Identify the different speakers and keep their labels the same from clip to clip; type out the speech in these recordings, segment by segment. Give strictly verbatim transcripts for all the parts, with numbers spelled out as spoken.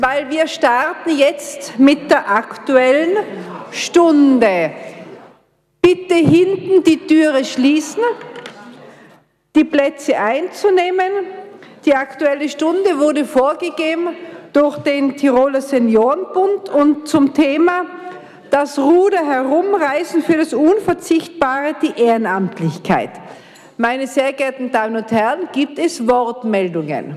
Speaker 1: Weil wir starten jetzt mit der Aktuellen Stunde. Bitte hinten die Türe schließen, die Plätze einzunehmen. Die Aktuelle Stunde wurde vorgegeben durch den Tiroler Seniorenbund und zum Thema das Ruder herumreißen für das Unverzichtbare, die Ehrenamtlichkeit. Meine sehr geehrten Damen und Herren, gibt es Wortmeldungen?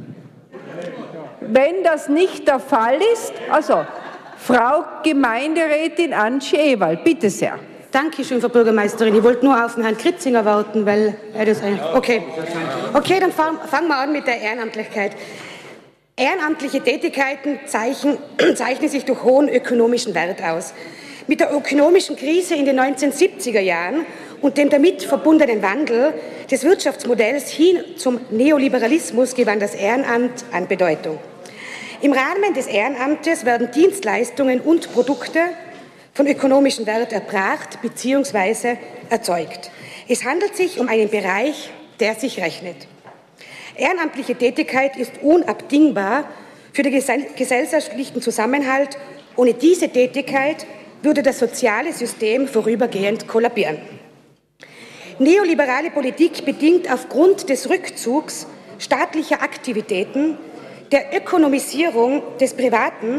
Speaker 1: Wenn das nicht der Fall ist, also Frau Gemeinderätin Anschi Ewald, bitte sehr.
Speaker 2: Danke schön, Frau Bürgermeisterin. Ich wollte nur auf den Herrn Kritzinger warten, weil er das eigentlich... Okay, okay dann fangen fang wir an mit der Ehrenamtlichkeit. Ehrenamtliche Tätigkeiten zeichnen, zeichnen sich durch hohen ökonomischen Wert aus. Mit der ökonomischen Krise in den neunzehnhundertsiebziger Jahren und dem damit verbundenen Wandel des Wirtschaftsmodells hin zum Neoliberalismus gewann das Ehrenamt an Bedeutung. Im Rahmen des Ehrenamtes werden Dienstleistungen und Produkte von ökonomischem Wert erbracht bzw. erzeugt. Es handelt sich um einen Bereich, der sich rechnet. Ehrenamtliche Tätigkeit ist unabdingbar für den gesellschaftlichen Zusammenhalt. Ohne diese Tätigkeit würde das soziale System vorübergehend kollabieren. Neoliberale Politik bedingt aufgrund des Rückzugs staatlicher Aktivitäten, der Ökonomisierung des Privaten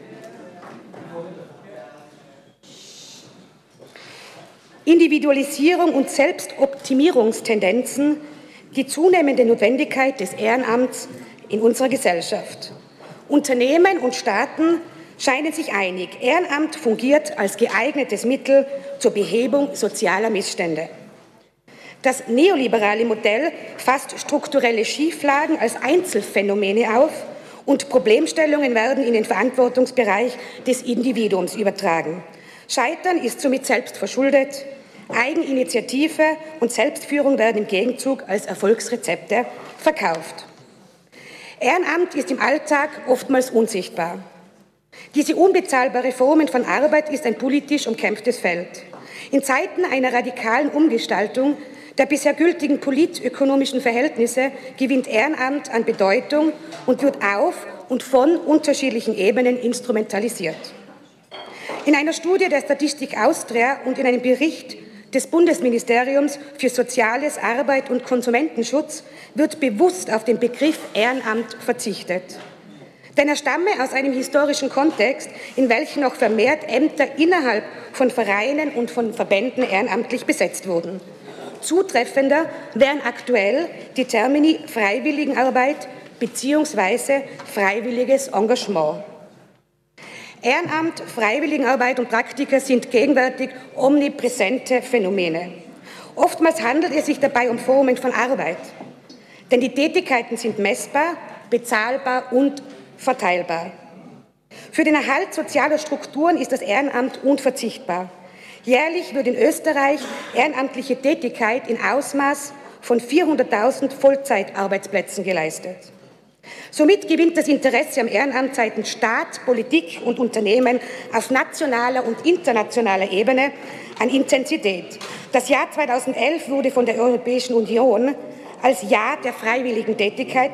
Speaker 2: Individualisierung und Selbstoptimierungstendenzen die zunehmende Notwendigkeit des Ehrenamts in unserer Gesellschaft. Unternehmen und Staaten scheinen sich einig. Ehrenamt fungiert als geeignetes Mittel zur Behebung sozialer Missstände. Das neoliberale Modell fasst strukturelle Schieflagen als Einzelfänomene auf und Problemstellungen werden in den Verantwortungsbereich des Individuums übertragen. Scheitern ist somit selbst verschuldet. Eigeninitiative und Selbstführung werden im Gegenzug als Erfolgsrezepte verkauft. Ehrenamt ist im Alltag oftmals unsichtbar. Diese unbezahlbare Form von Arbeit ist ein politisch umkämpftes Feld. In Zeiten einer radikalen Umgestaltung der bisher gültigen politökonomischen Verhältnisse gewinnt Ehrenamt an Bedeutung und wird auf und von unterschiedlichen Ebenen instrumentalisiert. In einer Studie der Statistik Austria und in einem Bericht des Bundesministeriums für Soziales, Arbeit und Konsumentenschutz wird bewusst auf den Begriff Ehrenamt verzichtet. Denn er stamme aus einem historischen Kontext, in welchem noch vermehrt Ämter innerhalb von Vereinen und von Verbänden ehrenamtlich besetzt wurden. Zutreffender wären aktuell die Termini Freiwilligenarbeit bzw. freiwilliges Engagement. Ehrenamt, Freiwilligenarbeit und Praktika sind gegenwärtig omnipräsente Phänomene. Oftmals handelt es sich dabei um Formen von Arbeit, denn die Tätigkeiten sind messbar, bezahlbar und verteilbar. Für den Erhalt sozialer Strukturen ist das Ehrenamt unverzichtbar. Jährlich wird in Österreich ehrenamtliche Tätigkeit in Ausmaß von vierhunderttausend Vollzeitarbeitsplätzen geleistet. Somit gewinnt das Interesse am Ehrenamt seitens Staat, Politik und Unternehmen auf nationaler und internationaler Ebene an Intensität. Das Jahr zweitausendelf wurde von der Europäischen Union als Jahr der freiwilligen Tätigkeit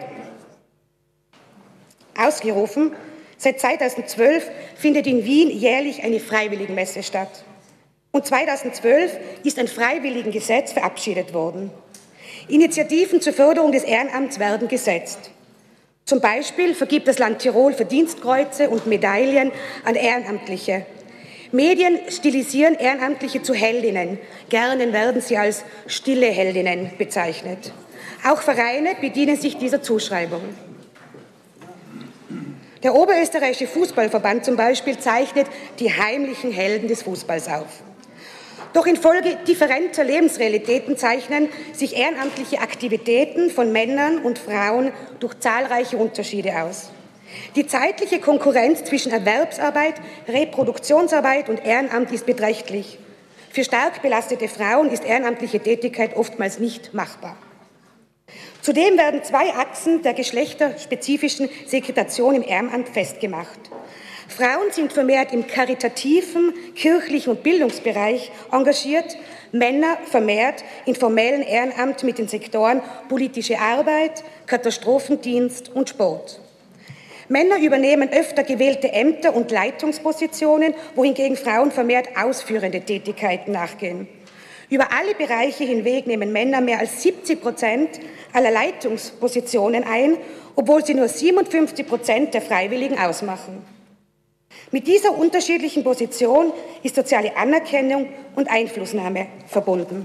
Speaker 2: ausgerufen. Seit zweitausendzwölf findet in Wien jährlich eine Freiwilligenmesse statt. Und zweitausendzwölf ist ein Freiwilligengesetz verabschiedet worden. Initiativen zur Förderung des Ehrenamts werden gesetzt. Zum Beispiel vergibt das Land Tirol Verdienstkreuze und Medaillen an Ehrenamtliche. Medien stilisieren Ehrenamtliche zu Heldinnen. Gerne werden sie als stille Heldinnen bezeichnet. Auch Vereine bedienen sich dieser Zuschreibung. Der Oberösterreichische Fußballverband zum Beispiel zeichnet die heimlichen Helden des Fußballs auf. Doch infolge differenter Lebensrealitäten zeichnen sich ehrenamtliche Aktivitäten von Männern und Frauen durch zahlreiche Unterschiede aus. Die zeitliche Konkurrenz zwischen Erwerbsarbeit, Reproduktionsarbeit und Ehrenamt ist beträchtlich. Für stark belastete Frauen ist ehrenamtliche Tätigkeit oftmals nicht machbar. Zudem werden zwei Achsen der geschlechterspezifischen Segregation im Ehrenamt festgemacht. Frauen sind vermehrt im karitativen, kirchlichen und Bildungsbereich engagiert, Männer vermehrt in formellen Ehrenamt mit den Sektoren politische Arbeit, Katastrophendienst und Sport. Männer übernehmen öfter gewählte Ämter und Leitungspositionen, wohingegen Frauen vermehrt ausführende Tätigkeiten nachgehen. Über alle Bereiche hinweg nehmen Männer mehr als siebzig Prozent aller Leitungspositionen ein, obwohl sie nur siebenundfünfzig Prozent der Freiwilligen ausmachen. Mit dieser unterschiedlichen Position ist soziale Anerkennung und Einflussnahme verbunden.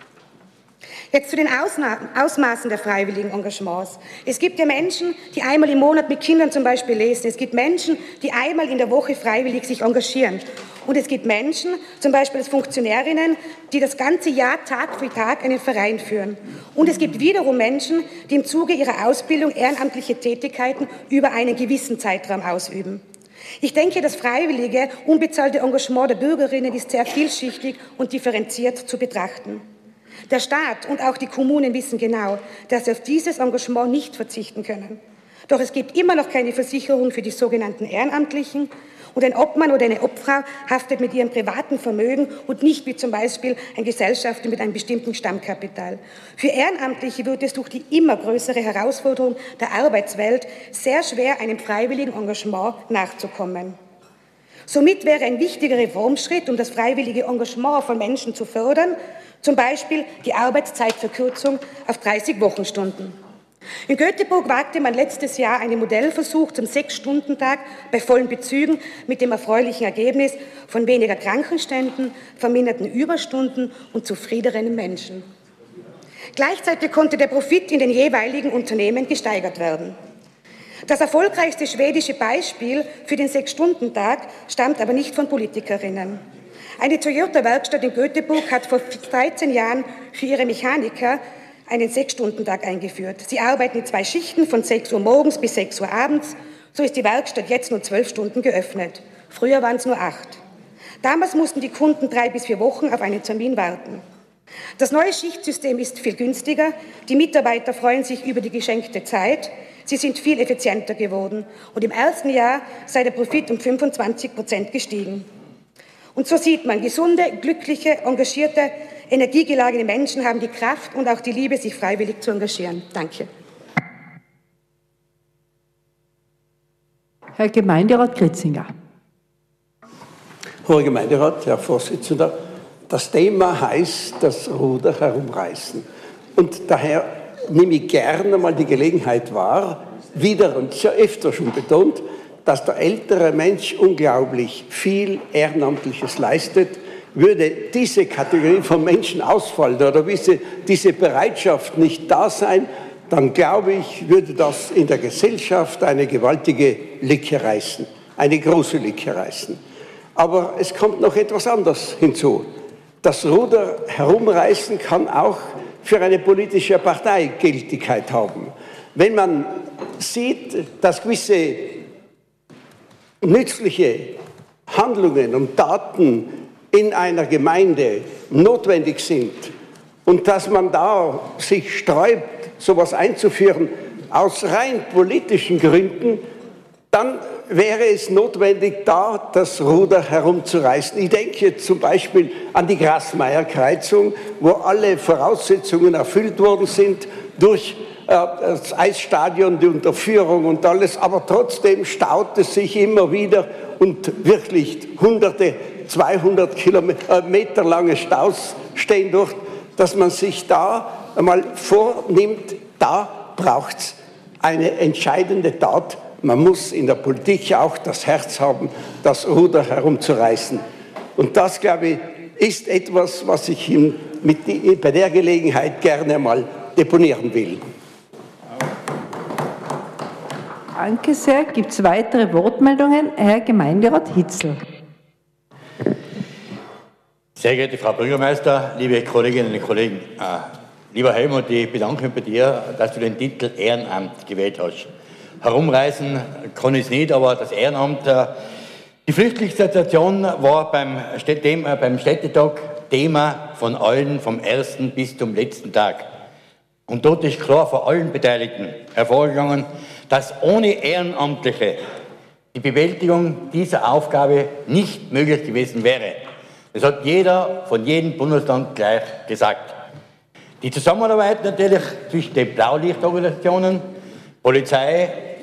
Speaker 2: Jetzt zu den Ausna- Ausmaßen der freiwilligen Engagements. Es gibt ja Menschen, die einmal im Monat mit Kindern zum Beispiel lesen. Es gibt Menschen, die einmal in der Woche freiwillig sich engagieren. Und es gibt Menschen, zum Beispiel als Funktionärinnen, die das ganze Jahr Tag für Tag einen Verein führen. Und es gibt wiederum Menschen, die im Zuge ihrer Ausbildung ehrenamtliche Tätigkeiten über einen gewissen Zeitraum ausüben. Ich denke, das freiwillige, unbezahlte Engagement der Bürgerinnen ist sehr vielschichtig und differenziert zu betrachten. Der Staat und auch die Kommunen wissen genau, dass sie auf dieses Engagement nicht verzichten können. Doch es gibt immer noch keine Versicherung für die sogenannten Ehrenamtlichen und ein Obmann oder eine Obfrau haftet mit ihrem privaten Vermögen und nicht wie zum Beispiel ein Gesellschafter mit einem bestimmten Stammkapital. Für Ehrenamtliche wird es durch die immer größere Herausforderung der Arbeitswelt sehr schwer, einem freiwilligen Engagement nachzukommen. Somit wäre ein wichtiger Reformschritt, um das freiwillige Engagement von Menschen zu fördern, zum Beispiel die Arbeitszeitverkürzung auf dreißig Wochenstunden. In Göteborg wagte man letztes Jahr einen Modellversuch zum Sechs-Stunden-Tag bei vollen Bezügen mit dem erfreulichen Ergebnis von weniger Krankenständen, verminderten Überstunden und zufriedeneren Menschen. Gleichzeitig konnte der Profit in den jeweiligen Unternehmen gesteigert werden. Das erfolgreichste schwedische Beispiel für den Sechs-Stunden-Tag stammt aber nicht von Politikerinnen. Eine Toyota-Werkstatt in Göteborg hat vor dreizehn Jahren für ihre Mechaniker einen Sechs-Stunden-Tag eingeführt. Sie arbeiten in zwei Schichten von sechs Uhr morgens bis sechs Uhr abends. So ist die Werkstatt jetzt nur zwölf Stunden geöffnet. Früher waren es nur acht. Damals mussten die Kunden drei bis vier Wochen auf einen Termin warten. Das neue Schichtsystem ist viel günstiger. Die Mitarbeiter freuen sich über die geschenkte Zeit. Sie sind viel effizienter geworden. Und im ersten Jahr sei der Profit um fünfundzwanzig Prozent gestiegen. Und so sieht man, gesunde, glückliche, engagierte, energiegeladene Menschen haben die Kraft und auch die Liebe, sich freiwillig zu engagieren. Danke.
Speaker 1: Herr Gemeinderat Grützinger.
Speaker 3: Hoher Gemeinderat, Herr Vorsitzender, das Thema heißt das Ruder herumreißen. Und daher nehme ich gerne mal die Gelegenheit wahr, wieder und sehr öfter schon betont, dass der ältere Mensch unglaublich viel Ehrenamtliches leistet. Würde diese Kategorie von Menschen ausfallen oder diese, diese Bereitschaft nicht da sein, dann glaube ich, würde das in der Gesellschaft eine gewaltige Lücke reißen, eine große Lücke reißen. Aber es kommt noch etwas anderes hinzu. Das Ruder herumreißen kann auch für eine politische Partei Gültigkeit haben. Wenn man sieht, dass gewisse nützliche Handlungen und Taten in einer Gemeinde notwendig sind und dass man da sich sträubt, sowas einzuführen, aus rein politischen Gründen, dann wäre es notwendig, da das Ruder herumzureißen. Ich denke jetzt zum Beispiel an die Grasmeier-Kreuzung, wo alle Voraussetzungen erfüllt worden sind durch das Eisstadion, die Unterführung und alles, aber trotzdem staut es sich immer wieder und wirklich hunderte, zweihundert Kilometer lange Staus stehen dort, dass man sich da einmal vornimmt, da braucht es eine entscheidende Tat. Man muss in der Politik auch das Herz haben, das Ruder herumzureißen. Und das, glaube ich, ist etwas, was ich Ihnen mit die, bei der Gelegenheit gerne mal deponieren will.
Speaker 1: Danke sehr. Gibt es weitere Wortmeldungen? Herr Gemeinderat Hitzl.
Speaker 4: Sehr geehrte Frau Bürgermeister, liebe Kolleginnen und Kollegen, äh, lieber Helmut, ich bedanke mich bei dir, dass du den Titel Ehrenamt gewählt hast. Herumreisen kann ich es nicht, aber das Ehrenamt, äh, die Flüchtlingssituation war beim, Städt äh, beim Städtetag Thema von allen, vom ersten bis zum letzten Tag. Und dort ist klar von allen Beteiligten hervorgegangen, dass ohne Ehrenamtliche die Bewältigung dieser Aufgabe nicht möglich gewesen wäre. Das hat jeder von jedem Bundesland gleich gesagt. Die Zusammenarbeit natürlich zwischen den Blaulichtorganisationen, Polizei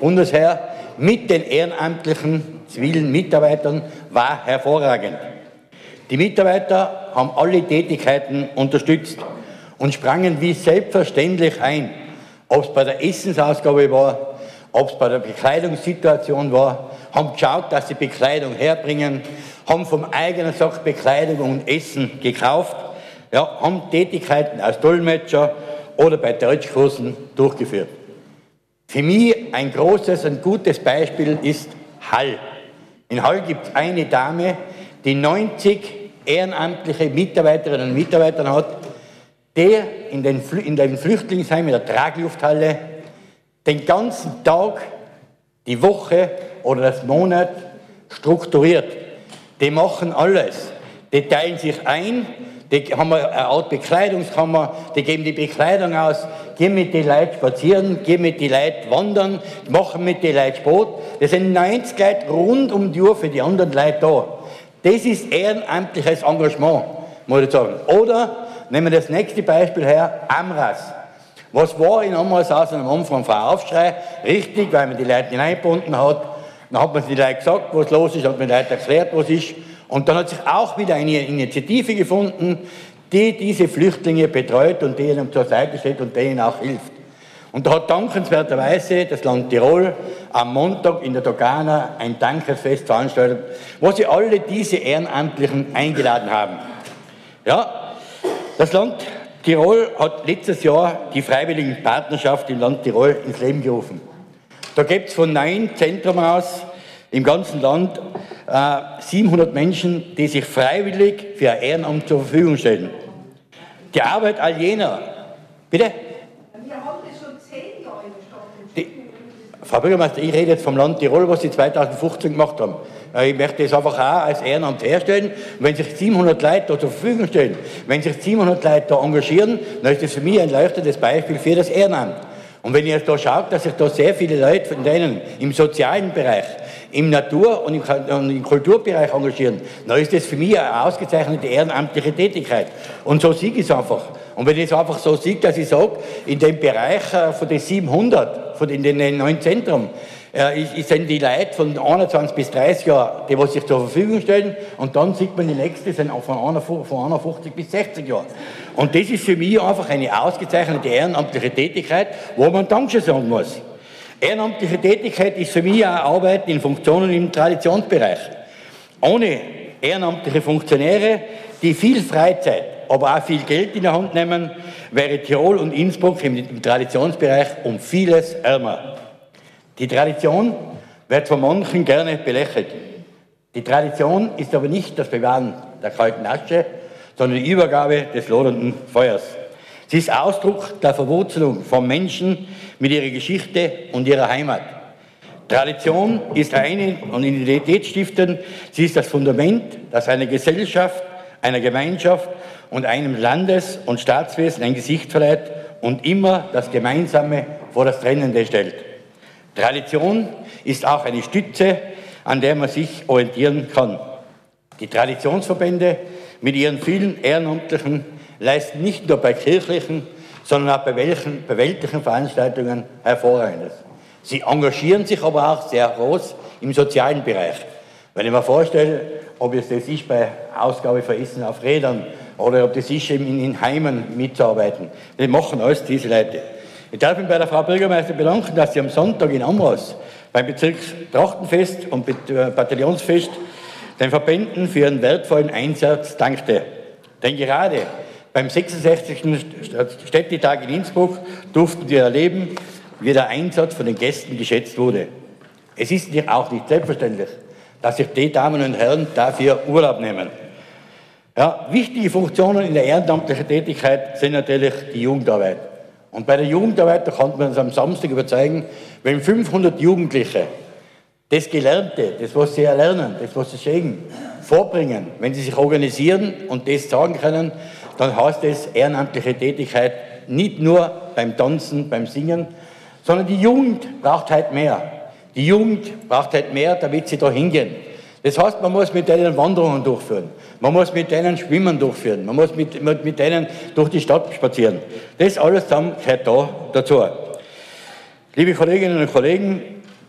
Speaker 4: Bundesheer mit den ehrenamtlichen zivilen Mitarbeitern war hervorragend. Die Mitarbeiter haben alle Tätigkeiten unterstützt und sprangen wie selbstverständlich ein, ob es bei der Essensausgabe war, ob es bei der Bekleidungssituation war, haben geschaut, dass sie Bekleidung herbringen, haben vom eigenen Sack Bekleidung und Essen gekauft, ja, haben Tätigkeiten als Dolmetscher oder bei Deutschkursen durchgeführt. Für mich ein großes und gutes Beispiel ist Hall. In Hall gibt es eine Dame, die neunzig ehrenamtliche Mitarbeiterinnen und Mitarbeiter hat, der in den, Flü in den Flüchtlingsheimen, in der Traglufthalle, den ganzen Tag, die Woche oder das Monat strukturiert. Die machen alles. Die teilen sich ein, die haben eine Art Bekleidungskammer, die geben die Bekleidung aus, gehen mit den Leuten spazieren, gehen mit den Leuten wandern, machen mit den Leuten Sport. Das sind neunzig Leute rund um die Uhr für die anderen Leute da. Das ist ehrenamtliches Engagement, muss ich sagen. Oder nehmen wir das nächste Beispiel her, Amras. Was war in Amras aus am Anfang von Aufschrei? Richtig, weil man die Leute hineingebunden hat. Dann hat man den Leuten gesagt, was los ist, hat man den Leuten erklärt, was ist. Und dann hat sich auch wieder eine Initiative gefunden, die diese Flüchtlinge betreut und denen zur Seite steht und denen auch hilft. Und da hat dankenswerterweise das Land Tirol am Montag in der Dogana ein Dankesfest veranstaltet, wo sie alle diese Ehrenamtlichen eingeladen haben. Ja, das Land Tirol hat letztes Jahr die freiwilligen Partnerschaft im Land Tirol ins Leben gerufen. Da gibt es von neun Zentren aus im ganzen Land äh, siebenhundert Menschen, die sich freiwillig für ein Ehrenamt zur Verfügung stellen. Die Arbeit all jener, bitte? Wir haben das schon zehn Jahre in der Stadt. Die, Frau Bürgermeister, ich rede jetzt vom Land Tirol, was sie zweitausendfünfzehn gemacht haben. Ich möchte das einfach auch als Ehrenamt herstellen. Und wenn sich siebenhundert Leute da zur Verfügung stellen, wenn sich siebenhundert Leute da engagieren, dann ist das für mich ein leuchtendes Beispiel für das Ehrenamt. Und wenn ihr jetzt da schaut, dass sich da sehr viele Leute von denen im sozialen Bereich, im Natur- und im, im Kulturbereich engagieren, dann ist das für mich eine ausgezeichnete ehrenamtliche Tätigkeit. Und so sehe ich es einfach. Und wenn ich es einfach so sehe, dass ich sage, in dem Bereich von den siebenhundert, von in den neuen Zentren, äh, sind die Leute von einundzwanzig bis dreißig Jahren, die was sich zur Verfügung stellen, und dann sieht man die nächste, sind auch von einundfünfzig bis sechzig Jahren. Und das ist für mich einfach eine ausgezeichnete ehrenamtliche Tätigkeit, wo man Dankeschön sagen muss. Ehrenamtliche Tätigkeit ist für mich auch Arbeit in Funktionen im Traditionsbereich. Ohne ehrenamtliche Funktionäre, die viel Freizeit, aber auch viel Geld in der Hand nehmen, wäre Tirol und Innsbruck im, im Traditionsbereich um vieles ärmer. Die Tradition wird von manchen gerne belächelt. Die Tradition ist aber nicht das Bewahren der kalten Asche, sondern die Übergabe des lodernden Feuers. Sie ist Ausdruck der Verwurzelung von Menschen mit ihrer Geschichte und ihrer Heimat. Tradition ist eine und identitätsstiftend. Sie ist das Fundament, das einer Gesellschaft, einer Gemeinschaft und einem Landes- und Staatswesen ein Gesicht verleiht und immer das Gemeinsame vor das Trennende stellt. Tradition ist auch eine Stütze, an der man sich orientieren kann. Die Traditionsverbände mit ihren vielen Ehrenamtlichen leisten nicht nur bei kirchlichen, sondern auch bei, welchen, bei weltlichen Veranstaltungen Hervorragendes. Sie engagieren sich aber auch sehr groß im sozialen Bereich. Wenn ich mir vorstelle, ob es das ist bei Ausgabe für Essen auf Rädern oder ob das ist, in, in Heimen mitzuarbeiten, das machen alles diese Leute. Ich darf mich bei der Frau Bürgermeister bedanken, dass sie am Sonntag in Amras beim Bezirkstrachtenfest und Bataillonsfest den Verbänden für ihren wertvollen Einsatz dankte. Denn gerade beim sechsundsechzigsten Städtetag in Innsbruck durften wir erleben, wie der Einsatz von den Gästen geschätzt wurde. Es ist auch nicht selbstverständlich, dass sich die Damen und Herren dafür Urlaub nehmen. Ja, wichtige Funktionen in der ehrenamtlichen Tätigkeit sind natürlich die Jugendarbeit. Und bei der Jugendarbeit, da kann man uns am Samstag überzeugen, wenn fünfhundert Jugendliche das Gelernte, das, was sie erlernen, das, was sie sehen, vorbringen, wenn sie sich organisieren und das sagen können, dann heißt das ehrenamtliche Tätigkeit nicht nur beim Tanzen, beim Singen, sondern die Jugend braucht halt mehr. Die Jugend braucht halt mehr, damit sie da hingehen. Das heißt, man muss mit denen Wanderungen durchführen, man muss mit denen Schwimmen durchführen, man muss mit, mit, mit denen durch die Stadt spazieren. Das alles zusammen gehört da dazu. Liebe Kolleginnen und Kollegen,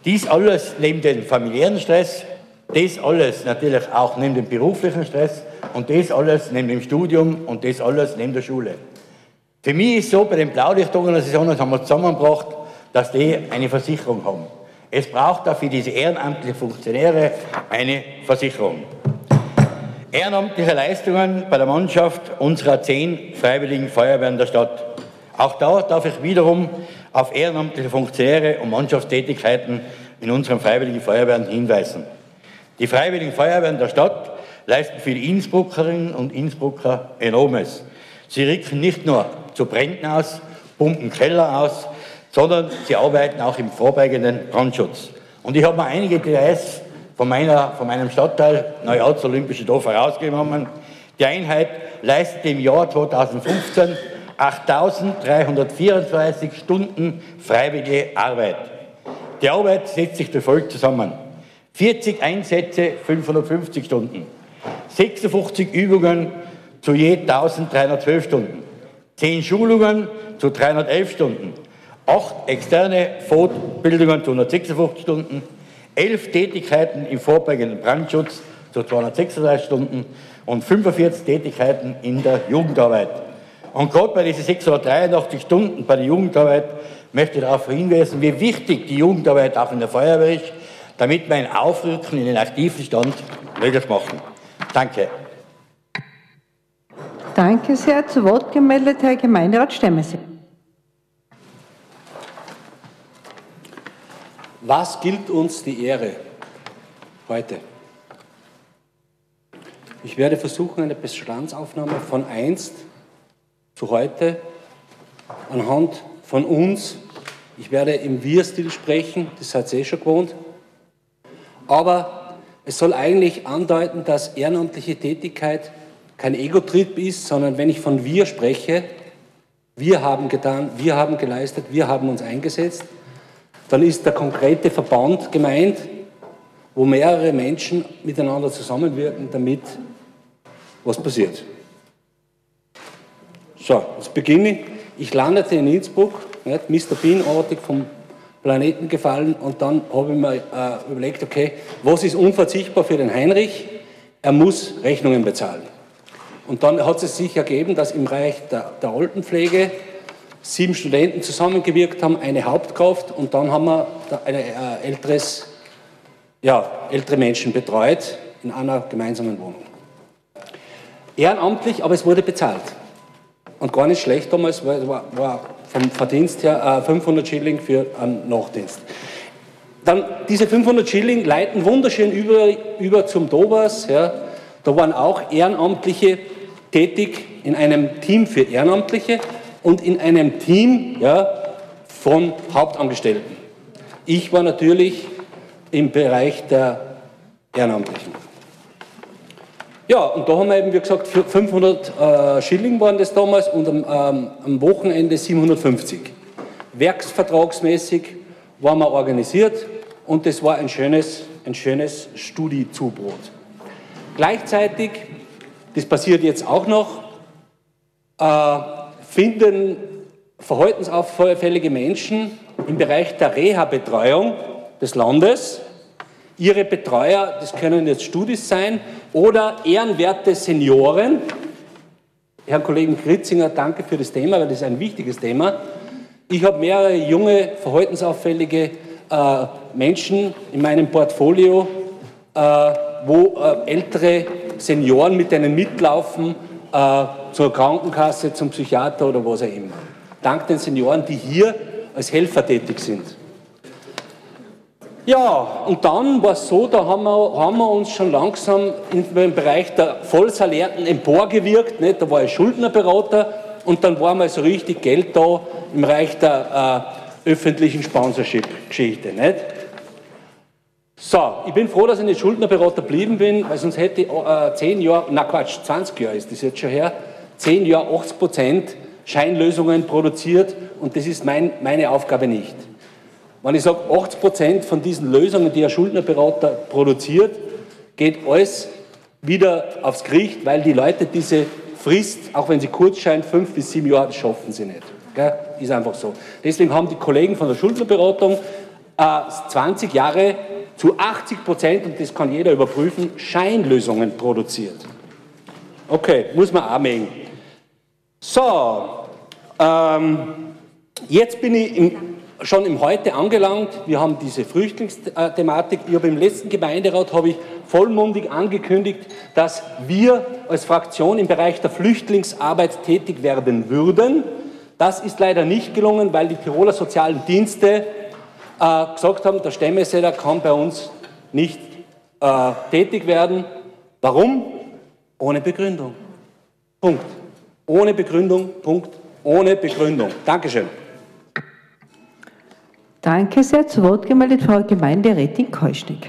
Speaker 4: Dies alles neben dem familiären Stress, das alles natürlich auch neben dem beruflichen Stress und das alles neben dem Studium und das alles neben der Schule. Für mich ist so, bei den Blaulichtorganisationen haben wir zusammengebracht, dass die eine Versicherung haben. Es braucht dafür diese ehrenamtlichen Funktionäre eine Versicherung. Ehrenamtliche Leistungen bei der Mannschaft unserer zehn Freiwilligen Feuerwehren der Stadt. Auch da darf ich wiederum auf ehrenamtliche Funktionäre und Mannschaftstätigkeiten in unseren Freiwilligen Feuerwehren hinweisen. Die Freiwilligen Feuerwehren der Stadt leisten für die Innsbruckerinnen und Innsbrucker Enormes. Sie rücken nicht nur zu Bränden aus, pumpen Keller aus, sondern sie arbeiten auch im vorbeugenden Brandschutz. Und ich habe mir einige Details von, meiner, von meinem Stadtteil Neuarzt Olympische Dorf herausgenommen. Die Einheit leistet im Jahr zweitausendfünfzehn achttausenddreihundertvierunddreißig Stunden freiwillige Arbeit. Die Arbeit setzt sich wie folgt zusammen. vierzig Einsätze, fünfhundertfünfzig Stunden. sechsundfünfzig Übungen zu je eintausenddreihundertzwölf Stunden. zehn Schulungen zu dreihundertelf Stunden. acht externe Fortbildungen zu hundertsechsundfünfzig Stunden. elf Tätigkeiten im vorbeugenden Brandschutz zu zweihundertsechsunddreißig Stunden und fünfundvierzig Tätigkeiten in der Jugendarbeit. Und gerade bei diesen sechshundertdreiundachtzig Stunden bei der Jugendarbeit möchte ich darauf hinweisen, wie wichtig die Jugendarbeit auch in der Feuerwehr ist, damit wir ein Aufrücken in den aktiven Stand möglich machen. Danke.
Speaker 1: Danke sehr. Zu Wort gemeldet Herr Gemeinderat Stemmesee.
Speaker 5: Was gilt uns die Ehre heute? Ich werde versuchen, eine Bestandsaufnahme von einst zu heute anhand von uns. Ich werde im Wir-Stil sprechen, das seid ihr eh schon gewohnt. Aber es soll eigentlich andeuten, dass ehrenamtliche Tätigkeit kein Ego-Trip ist, sondern wenn ich von wir spreche, wir haben getan, wir haben geleistet, wir haben uns eingesetzt, dann ist der konkrete Verband gemeint, wo mehrere Menschen miteinander zusammenwirken, damit was passiert. So, jetzt beginne ich. Ich landete in Innsbruck, nicht, Mister Bean-artig vom Planeten gefallen, und dann habe ich mir äh, überlegt, okay, was ist unverzichtbar für den Heinrich? Er muss Rechnungen bezahlen. Und dann hat es sich ergeben, dass im Bereich der, der Altenpflege sieben Studenten zusammengewirkt haben, eine Hauptkraft, und dann haben wir eine, äh, älteres, ja, ältere Menschen betreut in einer gemeinsamen Wohnung. Ehrenamtlich, aber es wurde bezahlt. Und gar nicht schlecht damals, weil es war, war vom Verdienst her äh, fünfhundert Schilling für einen Nachtdienst. Dann diese fünfhundert Schilling leiten wunderschön über, über zum Dobers. Ja. Da waren auch Ehrenamtliche tätig in einem Team für Ehrenamtliche und in einem Team, ja, von Hauptangestellten. Ich war natürlich im Bereich der Ehrenamtlichen. Ja, und da haben wir eben, wie gesagt, fünfhundert äh, Schilling waren das damals und am, ähm, am Wochenende siebenhundertfünfzig. Werksvertragsmäßig waren wir organisiert und das war ein schönes, ein schönes Studi-Zubrot. Gleichzeitig, das passiert jetzt auch noch, äh, finden verhaltensauffällige Menschen im Bereich der Reha-Betreuung des Landes ihre Betreuer, das können jetzt Studis sein, oder ehrenwerte Senioren. Herrn Kollegen Kritzinger, danke für das Thema, weil das ist ein wichtiges Thema. Ich habe mehrere junge, verhaltensauffällige äh, Menschen in meinem Portfolio, äh, wo äh, ältere Senioren mit denen mitlaufen, äh, zur Krankenkasse, zum Psychiater oder was auch immer. Dank den Senioren, die hier als Helfer tätig sind. Ja, und dann war es so, da haben wir, haben wir uns schon langsam im Bereich der Vollsalärten emporgewirkt. Nicht? Da war ich Schuldnerberater und dann war mal so richtig Geld da im Bereich der äh, öffentlichen Sponsorship-Geschichte. Nicht? So, ich bin froh, dass ich nicht Schuldnerberater geblieben bin, weil sonst hätte ich äh, zehn Jahre, na Quatsch, zwanzig Jahre ist das jetzt schon her, zehn Jahre achtzig Prozent Scheinlösungen produziert und das ist mein, meine Aufgabe nicht. Wenn ich sage, achtzig Prozent von diesen Lösungen, die ein Schuldnerberater produziert, geht alles wieder aufs Gericht, weil die Leute diese Frist, auch wenn sie kurz scheint, fünf bis sieben Jahre, das schaffen sie nicht. Gell? Ist einfach so. Deswegen haben die Kollegen von der Schuldnerberatung äh, zwanzig Jahre zu achtzig Prozent, und das kann jeder überprüfen, Scheinlösungen produziert. Okay, muss man auch mengen. So, ähm, jetzt bin ich im, schon im Heute angelangt. Wir haben diese Flüchtlingsthematik. Ich habe im letzten Gemeinderat habe ich vollmundig angekündigt, dass wir als Fraktion im Bereich der Flüchtlingsarbeit tätig werden würden. Das ist leider nicht gelungen, weil die Tiroler sozialen Dienste äh, gesagt haben, der Stemmeseder kann bei uns nicht äh, tätig werden. Warum? Ohne Begründung. Punkt. Ohne Begründung. Punkt. Ohne Begründung. Dankeschön.
Speaker 1: Danke sehr. Zu Wort gemeldet Frau Gemeinderätin Keuschnick.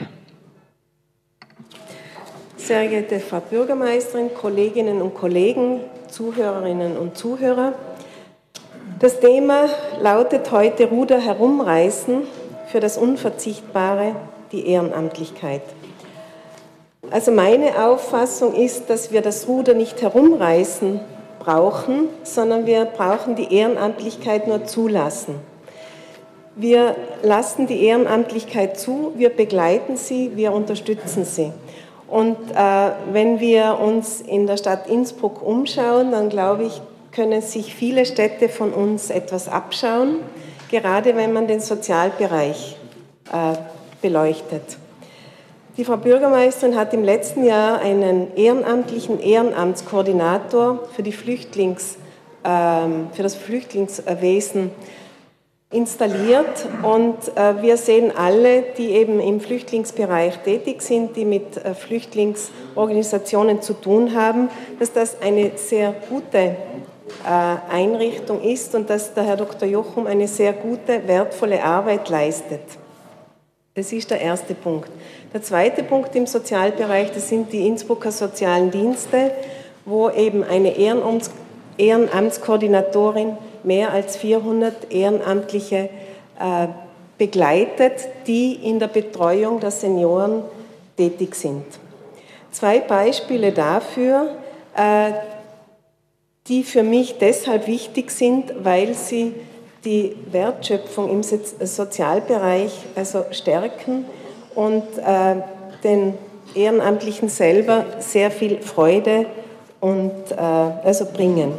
Speaker 6: Sehr geehrte Frau Bürgermeisterin, Kolleginnen und Kollegen, Zuhörerinnen und Zuhörer. Das Thema lautet heute Ruder herumreißen für das Unverzichtbare, die Ehrenamtlichkeit. Also meine Auffassung ist, dass wir das Ruder nicht herumreißen brauchen, sondern wir brauchen die Ehrenamtlichkeit nur zulassen. Wir lassen die Ehrenamtlichkeit zu, wir begleiten sie, wir unterstützen sie. Und äh, wenn wir uns in der Stadt Innsbruck umschauen, dann glaube ich, können sich viele Städte von uns etwas abschauen, gerade wenn man den Sozialbereich äh, beleuchtet. Die Frau Bürgermeisterin hat im letzten Jahr einen ehrenamtlichen Ehrenamtskoordinator für, die Flüchtlings, äh, für das Flüchtlingswesen installiert, und äh, wir sehen alle, die eben im Flüchtlingsbereich tätig sind, die mit äh, Flüchtlingsorganisationen zu tun haben, dass das eine sehr gute äh, Einrichtung ist und dass der Herr Doktor Jochum eine sehr gute, wertvolle Arbeit leistet. Das ist der erste Punkt. Der zweite Punkt im Sozialbereich, das sind die Innsbrucker sozialen Dienste, wo eben eine Ehrenamts Ehrenamtskoordinatorin mehr als vierhundert Ehrenamtliche äh, begleitet, die in der Betreuung der Senioren tätig sind. Zwei Beispiele dafür, äh, die für mich deshalb wichtig sind, weil sie die Wertschöpfung im Sozialbereich also stärken und äh, den Ehrenamtlichen selber sehr viel Freude und, äh, also bringen.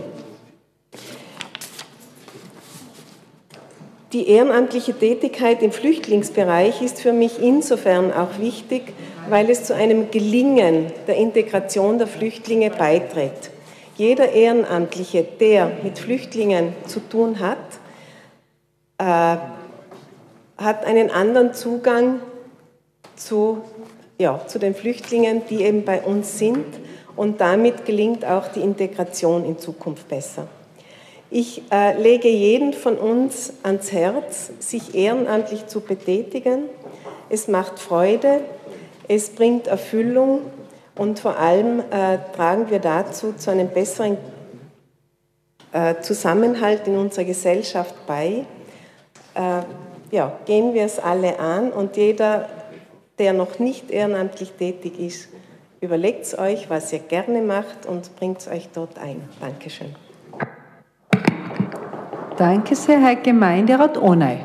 Speaker 6: Die ehrenamtliche Tätigkeit im Flüchtlingsbereich ist für mich insofern auch wichtig, weil es zu einem Gelingen der Integration der Flüchtlinge beiträgt. Jeder Ehrenamtliche, der mit Flüchtlingen zu tun hat, äh, hat einen anderen Zugang zu, ja, zu den Flüchtlingen, die eben bei uns sind, und damit gelingt auch die Integration in Zukunft besser. Ich äh, lege jeden von uns ans Herz, sich ehrenamtlich zu betätigen. Es macht Freude, es bringt Erfüllung, und vor allem äh, tragen wir dazu zu einem besseren äh, Zusammenhalt in unserer Gesellschaft bei. Äh, ja, gehen wir es alle an, und jeder, der noch nicht ehrenamtlich tätig ist, überlegt es euch, was ihr gerne macht, und bringt es euch dort ein. Dankeschön.
Speaker 1: Danke sehr, Herr Gemeinderat Onay.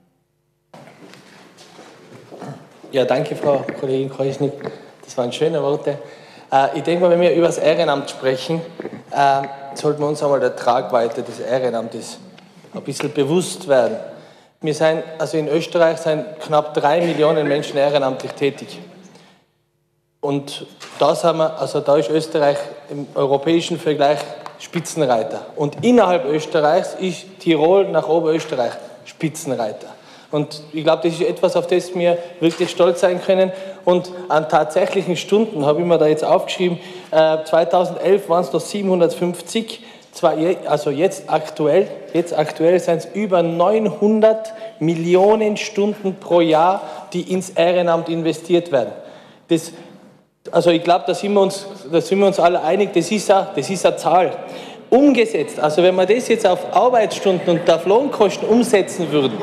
Speaker 7: Ja, danke, Frau Kollegin Keuschnick. Das waren schöne Worte. Äh, ich denke mal, wenn wir über das Ehrenamt sprechen, äh, sollten wir uns einmal der Tragweite des Ehrenamtes ein bisschen bewusst werden. Wir sind, also in Österreich sind knapp drei Millionen Menschen ehrenamtlich tätig. Und da, sind wir, also da ist Österreich im europäischen Vergleich Spitzenreiter. Und innerhalb Österreichs ist Tirol nach Oberösterreich Spitzenreiter. Und ich glaube, das ist etwas, auf das wir wirklich stolz sein können. Und an tatsächlichen Stunden habe ich mir da jetzt aufgeschrieben, äh, zweitausendelf waren es noch siebenhundertfünfzig, zwar je, also jetzt aktuell, jetzt aktuell sind es über neunhundert Millionen Stunden pro Jahr, die ins Ehrenamt investiert werden. Das, also ich glaube, da sind wir uns, da sind wir uns alle einig, das ist eine, das ist eine Zahl. Umgesetzt, also wenn wir das jetzt auf Arbeitsstunden und auf Lohnkosten umsetzen würden,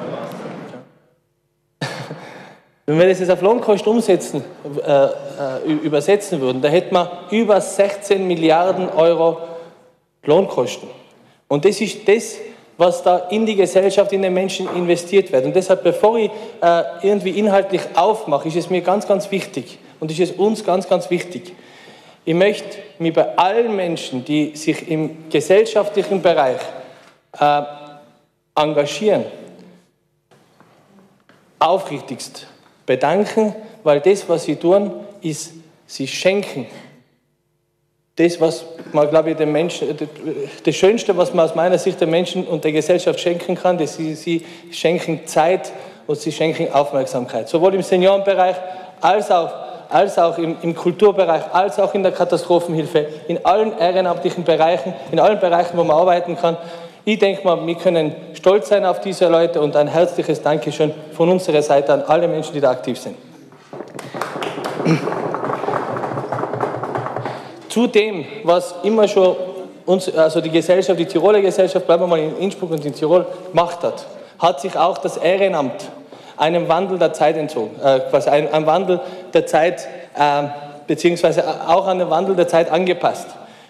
Speaker 7: wenn wir das jetzt auf Lohnkosten umsetzen, äh, äh, übersetzen würden, da hätten wir über sechzehn Milliarden Euro Lohnkosten. Und das ist das, was da in die Gesellschaft, in den Menschen investiert wird. Und deshalb, bevor ich äh, irgendwie inhaltlich aufmache, ist es mir ganz, ganz wichtig und ist es uns ganz, ganz wichtig. Ich möchte mich bei allen Menschen, die sich im gesellschaftlichen Bereich äh, engagieren, aufrichtigst bedanken, weil das, was sie tun, ist, sie schenken. Das, was man, glaube ich, den Menschen, das Schönste, was man aus meiner Sicht den Menschen und der Gesellschaft schenken kann, das sie, sie schenken Zeit und sie schenken Aufmerksamkeit. Sowohl im Seniorenbereich als auch, als auch im, im Kulturbereich, als auch in der Katastrophenhilfe, in allen ehrenamtlichen Bereichen, in allen Bereichen, wo man arbeiten kann. Ich denke mal, wir können stolz sein auf diese Leute und ein herzliches Dankeschön von unserer Seite an alle Menschen, die da aktiv sind. Zu dem, was immer schon uns, also die Gesellschaft, die Tiroler Gesellschaft, bleiben wir mal in Innsbruck und in Tirol, gemacht hat, hat sich auch das Ehrenamt einem Wandel der Zeit entzogen, äh, quasi einem, einem Wandel der Zeit, äh, beziehungsweise auch an den Wandel der Zeit angepasst.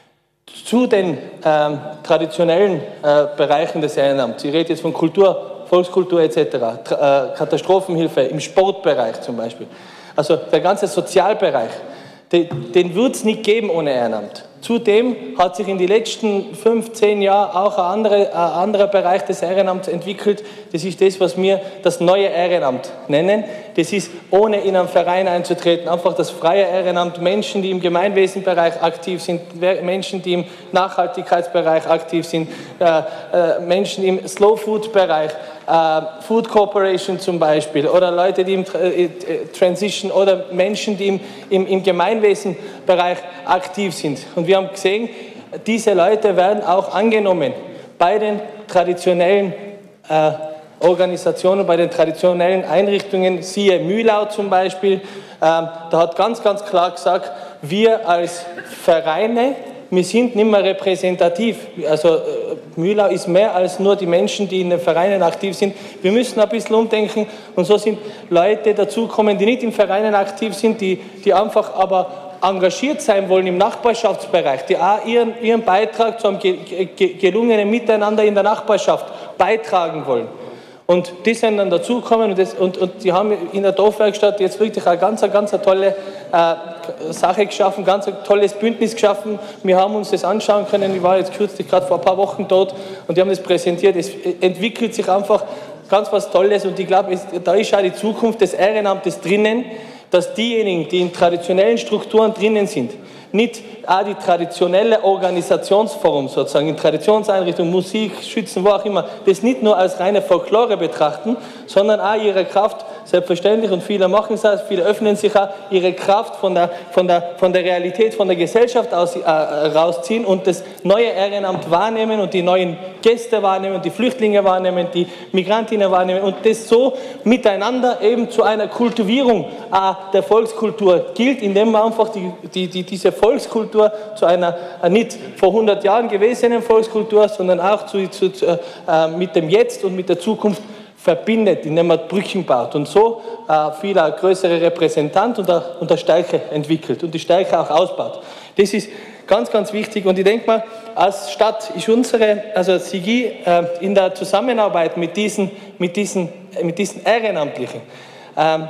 Speaker 7: Zu den ähm, traditionellen äh, Bereichen des Ehrenamts, ich rede jetzt von Kultur, Volkskultur et cetera, äh, Katastrophenhilfe, im Sportbereich zum Beispiel, also der ganze Sozialbereich, den, den wird es nicht geben ohne Ehrenamt. Zudem hat sich in den letzten fünf, zehn Jahren auch ein anderer, ein anderer Bereich des Ehrenamts entwickelt. Das ist das, was wir das neue Ehrenamt nennen. Das ist, ohne in einen Verein einzutreten, einfach das freie Ehrenamt. Menschen, die im Gemeinwesenbereich aktiv sind, Menschen, die im Nachhaltigkeitsbereich aktiv sind, äh, äh, Menschen im Slow-Food-Bereich, äh, Food Corporation zum Beispiel, oder Leute, die im äh, Transition, oder Menschen, die im, im, im Gemeinwesenbereich aktiv sind. Und wir haben gesehen, diese Leute werden auch angenommen bei den traditionellen äh, Organisationen, bei den traditionellen Einrichtungen, siehe Mühlau zum Beispiel. Ähm, da hat ganz, ganz klar gesagt, wir als Vereine, wir sind nicht mehr repräsentativ. Also äh, Mühlau ist mehr als nur die Menschen, die in den Vereinen aktiv sind. Wir müssen ein bisschen umdenken und so sind Leute dazukommen, die nicht in Vereinen aktiv sind, die, die einfach aber engagiert sein wollen im Nachbarschaftsbereich, die auch ihren, ihren Beitrag zu einem gelungenen Miteinander in der Nachbarschaft beitragen wollen. Und die sind dann dazugekommen und, das, und, und die haben in der Dorfwerkstatt jetzt wirklich eine ganz, ganz eine tolle äh, Sache geschaffen, ganz ein tolles Bündnis geschaffen. Wir haben uns das anschauen können, ich war jetzt kürzlich gerade vor ein paar Wochen dort und die haben das präsentiert. Es entwickelt sich einfach ganz was Tolles und ich glaube, da ist auch die Zukunft des Ehrenamtes drinnen, dass diejenigen, die in traditionellen Strukturen drinnen sind, nicht auch die traditionelle Organisationsform, sozusagen in Traditionseinrichtungen, Musik, Schützen, wo auch immer, das nicht nur als reine Folklore betrachten, sondern auch ihre Kraft, selbstverständlich, und viele machen es auch, viele öffnen sich auch, ihre Kraft von der, von der, von der Realität, von der Gesellschaft aus, äh, rausziehen und das neue Ehrenamt wahrnehmen und die neuen Gäste wahrnehmen, die Flüchtlinge wahrnehmen, die Migrantinnen wahrnehmen und das so miteinander eben zu einer Kultivierung äh, der Volkskultur gilt, indem man einfach die, die, die, diese Volkskultur zu einer äh, nicht vor hundert Jahren gewesenen Volkskultur, sondern auch zu, zu, zu, äh, mit dem Jetzt und mit der Zukunft verbindet, indem man Brücken baut und so äh, viel ein größere Repräsentant und der, und der Stärke entwickelt und die Stärke auch ausbaut. Das ist ganz, ganz wichtig und ich denke mal, als Stadt ist unsere, also S I G I, äh, in der Zusammenarbeit mit diesen, mit diesen, mit diesen Ehrenamtlichen ähm,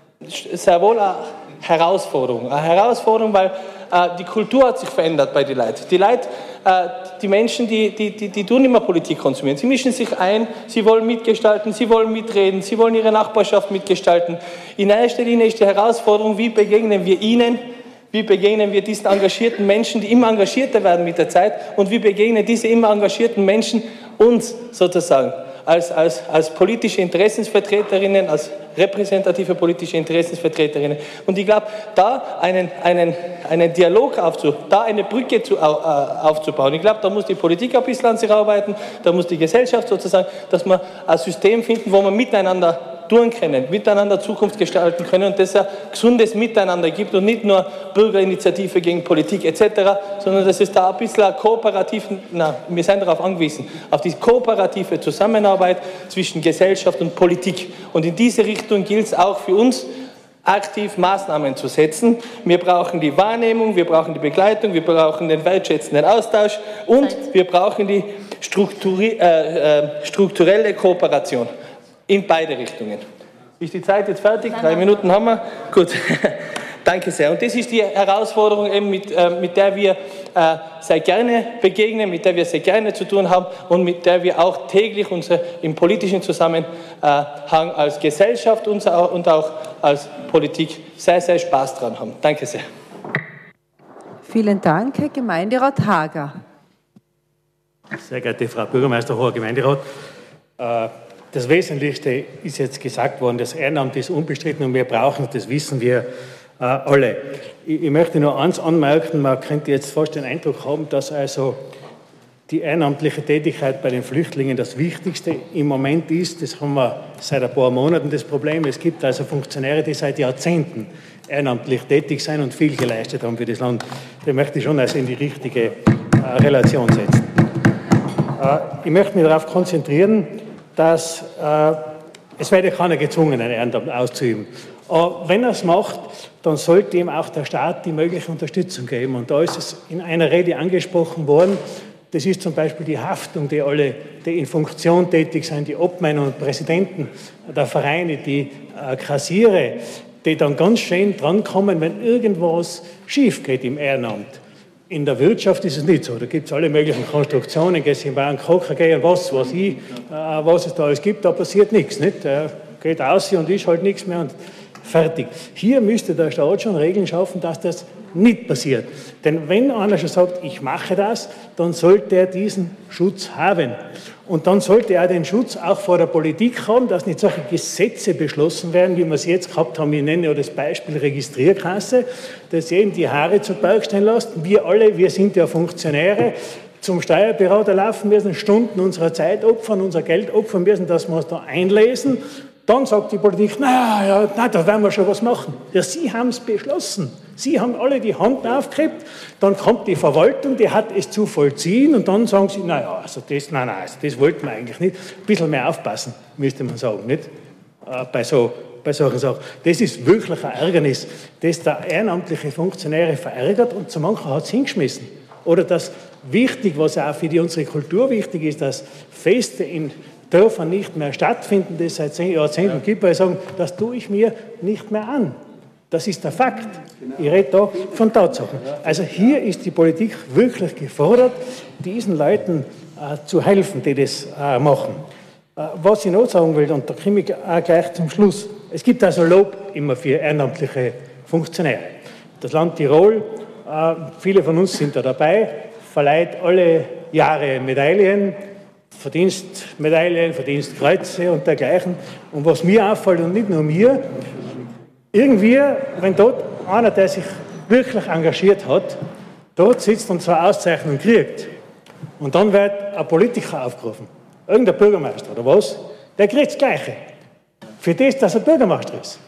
Speaker 7: sehr wohl eine Herausforderung. Eine Herausforderung, weil äh, die Kultur hat sich verändert bei den Leuten. Die Leute, äh, die Menschen, die, die, die, die tun immer Politik konsumieren. Sie mischen sich ein, sie wollen mitgestalten, sie wollen mitreden, sie wollen ihre Nachbarschaft mitgestalten. In erster Linie ist die Herausforderung, wie begegnen wir ihnen, wie begegnen wir diesen engagierten Menschen, die immer engagierter werden mit der Zeit und wie begegnen diese immer engagierten Menschen uns sozusagen als, als, als politische Interessensvertreterinnen, als repräsentative politische Interessensvertreterinnen. Und ich glaube, da einen, einen, einen Dialog aufzubauen, da eine Brücke zu, äh, aufzubauen, ich glaube, da muss die Politik ein bisschen an sich arbeiten, da muss die Gesellschaft sozusagen, dass wir ein System finden, wo wir miteinander tun können, miteinander Zukunft gestalten können und dass es ein gesundes Miteinander gibt und nicht nur Bürgerinitiative gegen Politik et cetera, sondern dass es da ein bisschen eine kooperative, na, wir sind darauf angewiesen, auf die kooperative Zusammenarbeit zwischen Gesellschaft und Politik. Und in diese Richtung gilt es auch für uns, aktiv Maßnahmen zu setzen. Wir brauchen die Wahrnehmung, wir brauchen die Begleitung, wir brauchen den wertschätzenden Austausch und wir brauchen die Strukturi äh, äh, strukturelle Kooperation in beide Richtungen. Ist die Zeit jetzt fertig? Drei Minuten haben wir? Gut. Danke sehr. Und das ist die Herausforderung, eben mit, äh, mit der wir äh, sehr gerne begegnen, mit der wir sehr gerne zu tun haben und mit der wir auch täglich unsere, im politischen Zusammenhang als Gesellschaft und auch als Politik sehr, sehr Spaß dran haben. Danke sehr.
Speaker 1: Vielen Dank, Herr Gemeinderat Hager.
Speaker 8: Sehr geehrte Frau Bürgermeister, hoher Gemeinderat. Das Wesentlichste ist jetzt gesagt worden, das Ehrenamt ist unbestritten und wir brauchen es, das wissen wir äh, alle. Ich, ich möchte nur eins anmerken, man könnte jetzt fast den Eindruck haben, dass also die ehrenamtliche Tätigkeit bei den Flüchtlingen das Wichtigste im Moment ist. Das haben wir seit ein paar Monaten das Problem. Es gibt also Funktionäre, die seit Jahrzehnten ehrenamtlich tätig sind und viel geleistet haben für das Land. Den möchte ich schon also in die richtige äh, Relation setzen. Äh, ich möchte mich darauf konzentrieren, dass äh, es wird ja keiner gezwungen, ein Ehrenamt auszuüben. Aber wenn er es macht, dann sollte ihm auch der Staat die mögliche Unterstützung geben. Und da ist es in einer Rede angesprochen worden, das ist zum Beispiel die Haftung, die alle, die in Funktion tätig sind, die Obmänner und Präsidenten der Vereine, die äh, Kassiere, die dann ganz schön drankommen, wenn irgendwas schief geht im Ehrenamt. In der Wirtschaft ist es nicht so. Da gibt es alle möglichen Konstruktionen, gehst in Bayern kochen gehen, was weiß ich, äh, was es da alles gibt, da passiert nichts. Nicht? Äh, geht aus und ist halt nichts mehr und fertig. Hier müsste der Staat schon Regeln schaffen, dass das nicht passiert. Denn wenn einer schon sagt, ich mache das, dann sollte er diesen Schutz haben. Und dann sollte er den Schutz auch vor der Politik haben, dass nicht solche Gesetze beschlossen werden, wie wir sie jetzt gehabt haben. Ich nenne ja das Beispiel Registrierkasse, dass jedem die Haare zu Berg stehen lässt. Wir alle, wir sind ja Funktionäre, zum Steuerberater laufen müssen, Stunden unserer Zeit opfern, unser Geld opfern müssen, dass wir uns da einlesen. Dann sagt die Politik, naja, ja, na, da werden wir schon was machen. Ja, Sie haben es beschlossen. Sie haben alle die Hand aufgehebt. Dann kommt die Verwaltung, die hat es zu vollziehen. Und dann sagen sie, naja, also das, nein, nein, also das wollten wir eigentlich nicht. Ein bisschen mehr aufpassen, müsste man sagen, nicht? Äh, bei, so, bei solchen Sachen. Das ist wirklich ein Ärgernis, das der ehrenamtliche Funktionäre verärgert und zu manchen hat es hingeschmissen. Oder das wichtig, was auch für die, unsere Kultur wichtig ist, dass Feste in Dörfern nicht mehr stattfinden, das seit zehn Jahrzehnten gibt, weil sie sagen, das tue ich mir nicht mehr an. Das ist der Fakt. Ich rede da von Tatsachen. Also hier ist die Politik wirklich gefordert, diesen Leuten äh, zu helfen, die das äh, machen. Äh, was ich noch sagen will, und da komme ich auch gleich zum Schluss, es gibt also Lob immer für ehrenamtliche Funktionäre. Das Land Tirol, äh, viele von uns sind da dabei, verleiht alle Jahre Medaillen, Verdienstmedaillen, Verdienstkreuze und dergleichen. Und was mir auffällt, und nicht nur mir, irgendwie, wenn dort einer, der sich wirklich engagiert hat, dort sitzt und so eine Auszeichnung kriegt, und dann wird ein Politiker aufgerufen, irgendein Bürgermeister oder was, der kriegt das Gleiche. Für das, dass er Bürgermeister ist.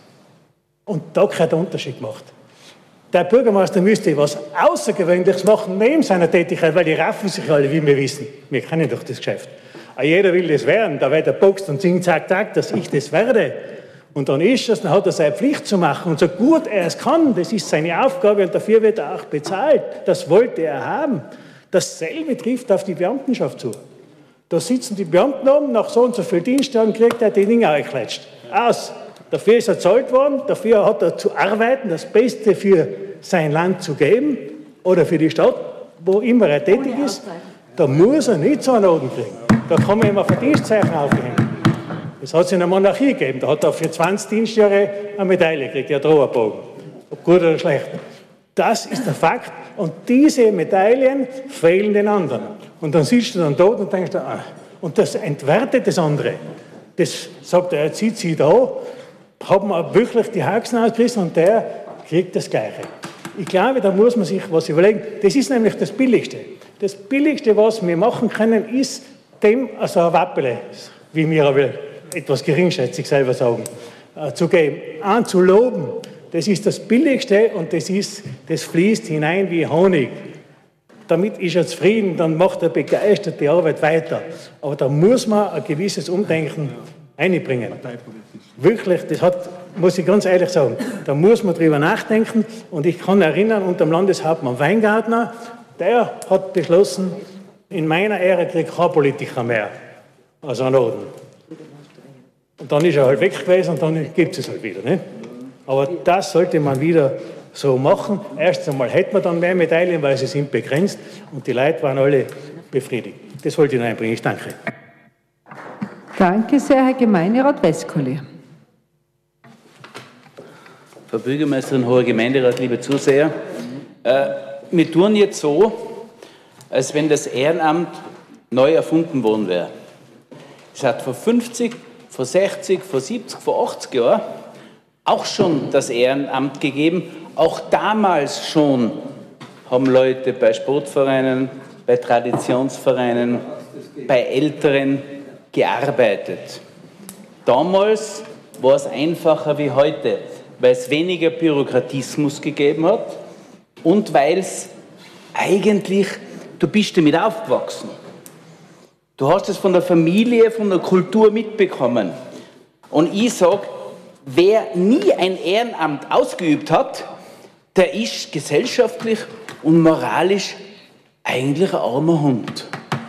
Speaker 8: Und da kein Unterschied gemacht. Der Bürgermeister müsste was Außergewöhnliches machen neben seiner Tätigkeit, weil die raffen sich alle, wie wir wissen. Wir kennen doch das Geschäft. Aber jeder will das werden. Da wird er boxt und singt, zack, zack, dass ich das werde. Und dann ist es, dann hat er seine Pflicht zu machen. Und so gut er es kann, das ist seine Aufgabe und dafür wird er auch bezahlt. Das wollte er haben. Dasselbe trifft auf die Beamtenschaft zu. Da sitzen die Beamten oben, nach so und so viel Dienstjahren kriegt er die Dinge eingeklatscht. Aus. Dafür ist er bezahlt worden, dafür hat er zu arbeiten, das Beste für sein Land zu geben oder für die Stadt, wo immer er tätig ist. Da muss er nicht so einen Orden kriegen. Da kann man ihm ein Verdienstzeichen aufhängen. Das hat es in der Monarchie gegeben. Da hat er für zwanzig Dienstjahre eine Medaille gekriegt, der Droherbogen. Ob gut oder schlecht. Das ist der Fakt. Und diese Medaillen fehlen den anderen. Und dann sitzt du dann dort und denkst, ah, und das entwertet das andere. Das sagt er, jetzt sitzt sie da, haben wir wirklich die Haxen ausgerissen und der kriegt das Gleiche. Ich glaube, da muss man sich was überlegen. Das ist nämlich das Billigste. Das Billigste, was wir machen können, ist dem also ein Wappele, wie wir aber etwas geringschätzig selber sagen, äh, zu geben, anzuloben. Das ist das Billigste und das, ist, das fließt hinein wie Honig. Damit ist er zufrieden, dann macht er begeistert die Arbeit weiter. Aber da muss man ein gewisses Umdenken einbringen. wirklich, das hat, muss ich ganz ehrlich sagen, da muss man drüber nachdenken. Und ich kann erinnern, unter dem Landeshauptmann Weingartner, der hat beschlossen, in meiner Ära kriegt kein Politiker mehr aus einem Orden. Und dann ist er halt weg gewesen und dann gibt es halt wieder. Ne? Aber das sollte man wieder so machen. Erst einmal hätten wir dann mehr Medaillen, weil sie sind begrenzt und die Leute waren alle befriedigt. Das wollte ich noch einbringen. Ich danke.
Speaker 1: Danke sehr, Herr Gemeinderat Westkoli.
Speaker 9: Frau Bürgermeisterin, hoher Gemeinderat, liebe Zuseher, äh, wir tun jetzt so, als wenn das Ehrenamt neu erfunden worden wäre. Es hat vor fünfzig, vor sechzig, vor siebzig, vor achtzig Jahren auch schon das Ehrenamt gegeben. Auch damals schon haben Leute bei Sportvereinen, bei Traditionsvereinen, bei Älteren gearbeitet. Damals war es einfacher wie heute, weil es weniger Bürokratismus gegeben hat und weil es eigentlich, du bist damit aufgewachsen. Du hast es von der Familie, von der Kultur mitbekommen. Und ich sage, wer nie ein Ehrenamt ausgeübt hat, der ist gesellschaftlich und moralisch eigentlich ein armer Hund.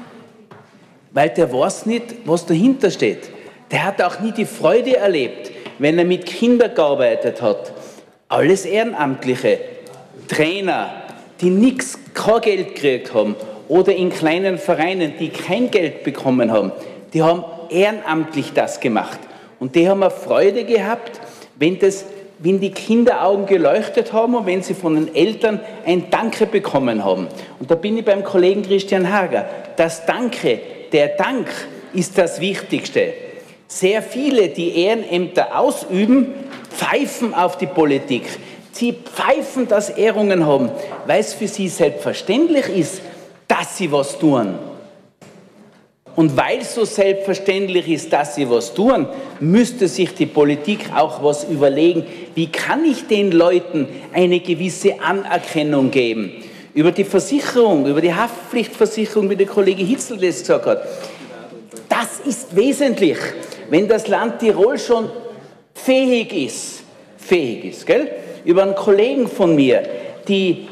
Speaker 9: Weil der weiß nicht, was dahinter steht. Der hat auch nie die Freude erlebt, wenn er mit Kindern gearbeitet hat. Alles Ehrenamtliche, Trainer, die nichts, kein Geld gekriegt haben, oder in kleinen Vereinen, die kein Geld bekommen haben, die haben ehrenamtlich das gemacht. Und die haben eine Freude gehabt, wenn, das, wenn die Kinderaugen geleuchtet haben und wenn sie von den Eltern ein Danke bekommen haben. Und da bin ich beim Kollegen Christian Hager. Das Danke, der Dank ist das Wichtigste. Sehr viele, die Ehrenämter ausüben, pfeifen auf die Politik. Sie pfeifen, dass Ehrungen haben, weil es für sie selbstverständlich ist, dass sie was tun. Und weil es so selbstverständlich ist, dass sie was tun, müsste sich die Politik auch was überlegen, wie kann ich den Leuten eine gewisse Anerkennung geben. Über die Versicherung, über die Haftpflichtversicherung, wie der Kollege Hitzl das gesagt hat. Das ist wesentlich, wenn das Land Tirol schon fähig ist, fähig ist, gell? Über einen Kollegen von mir, die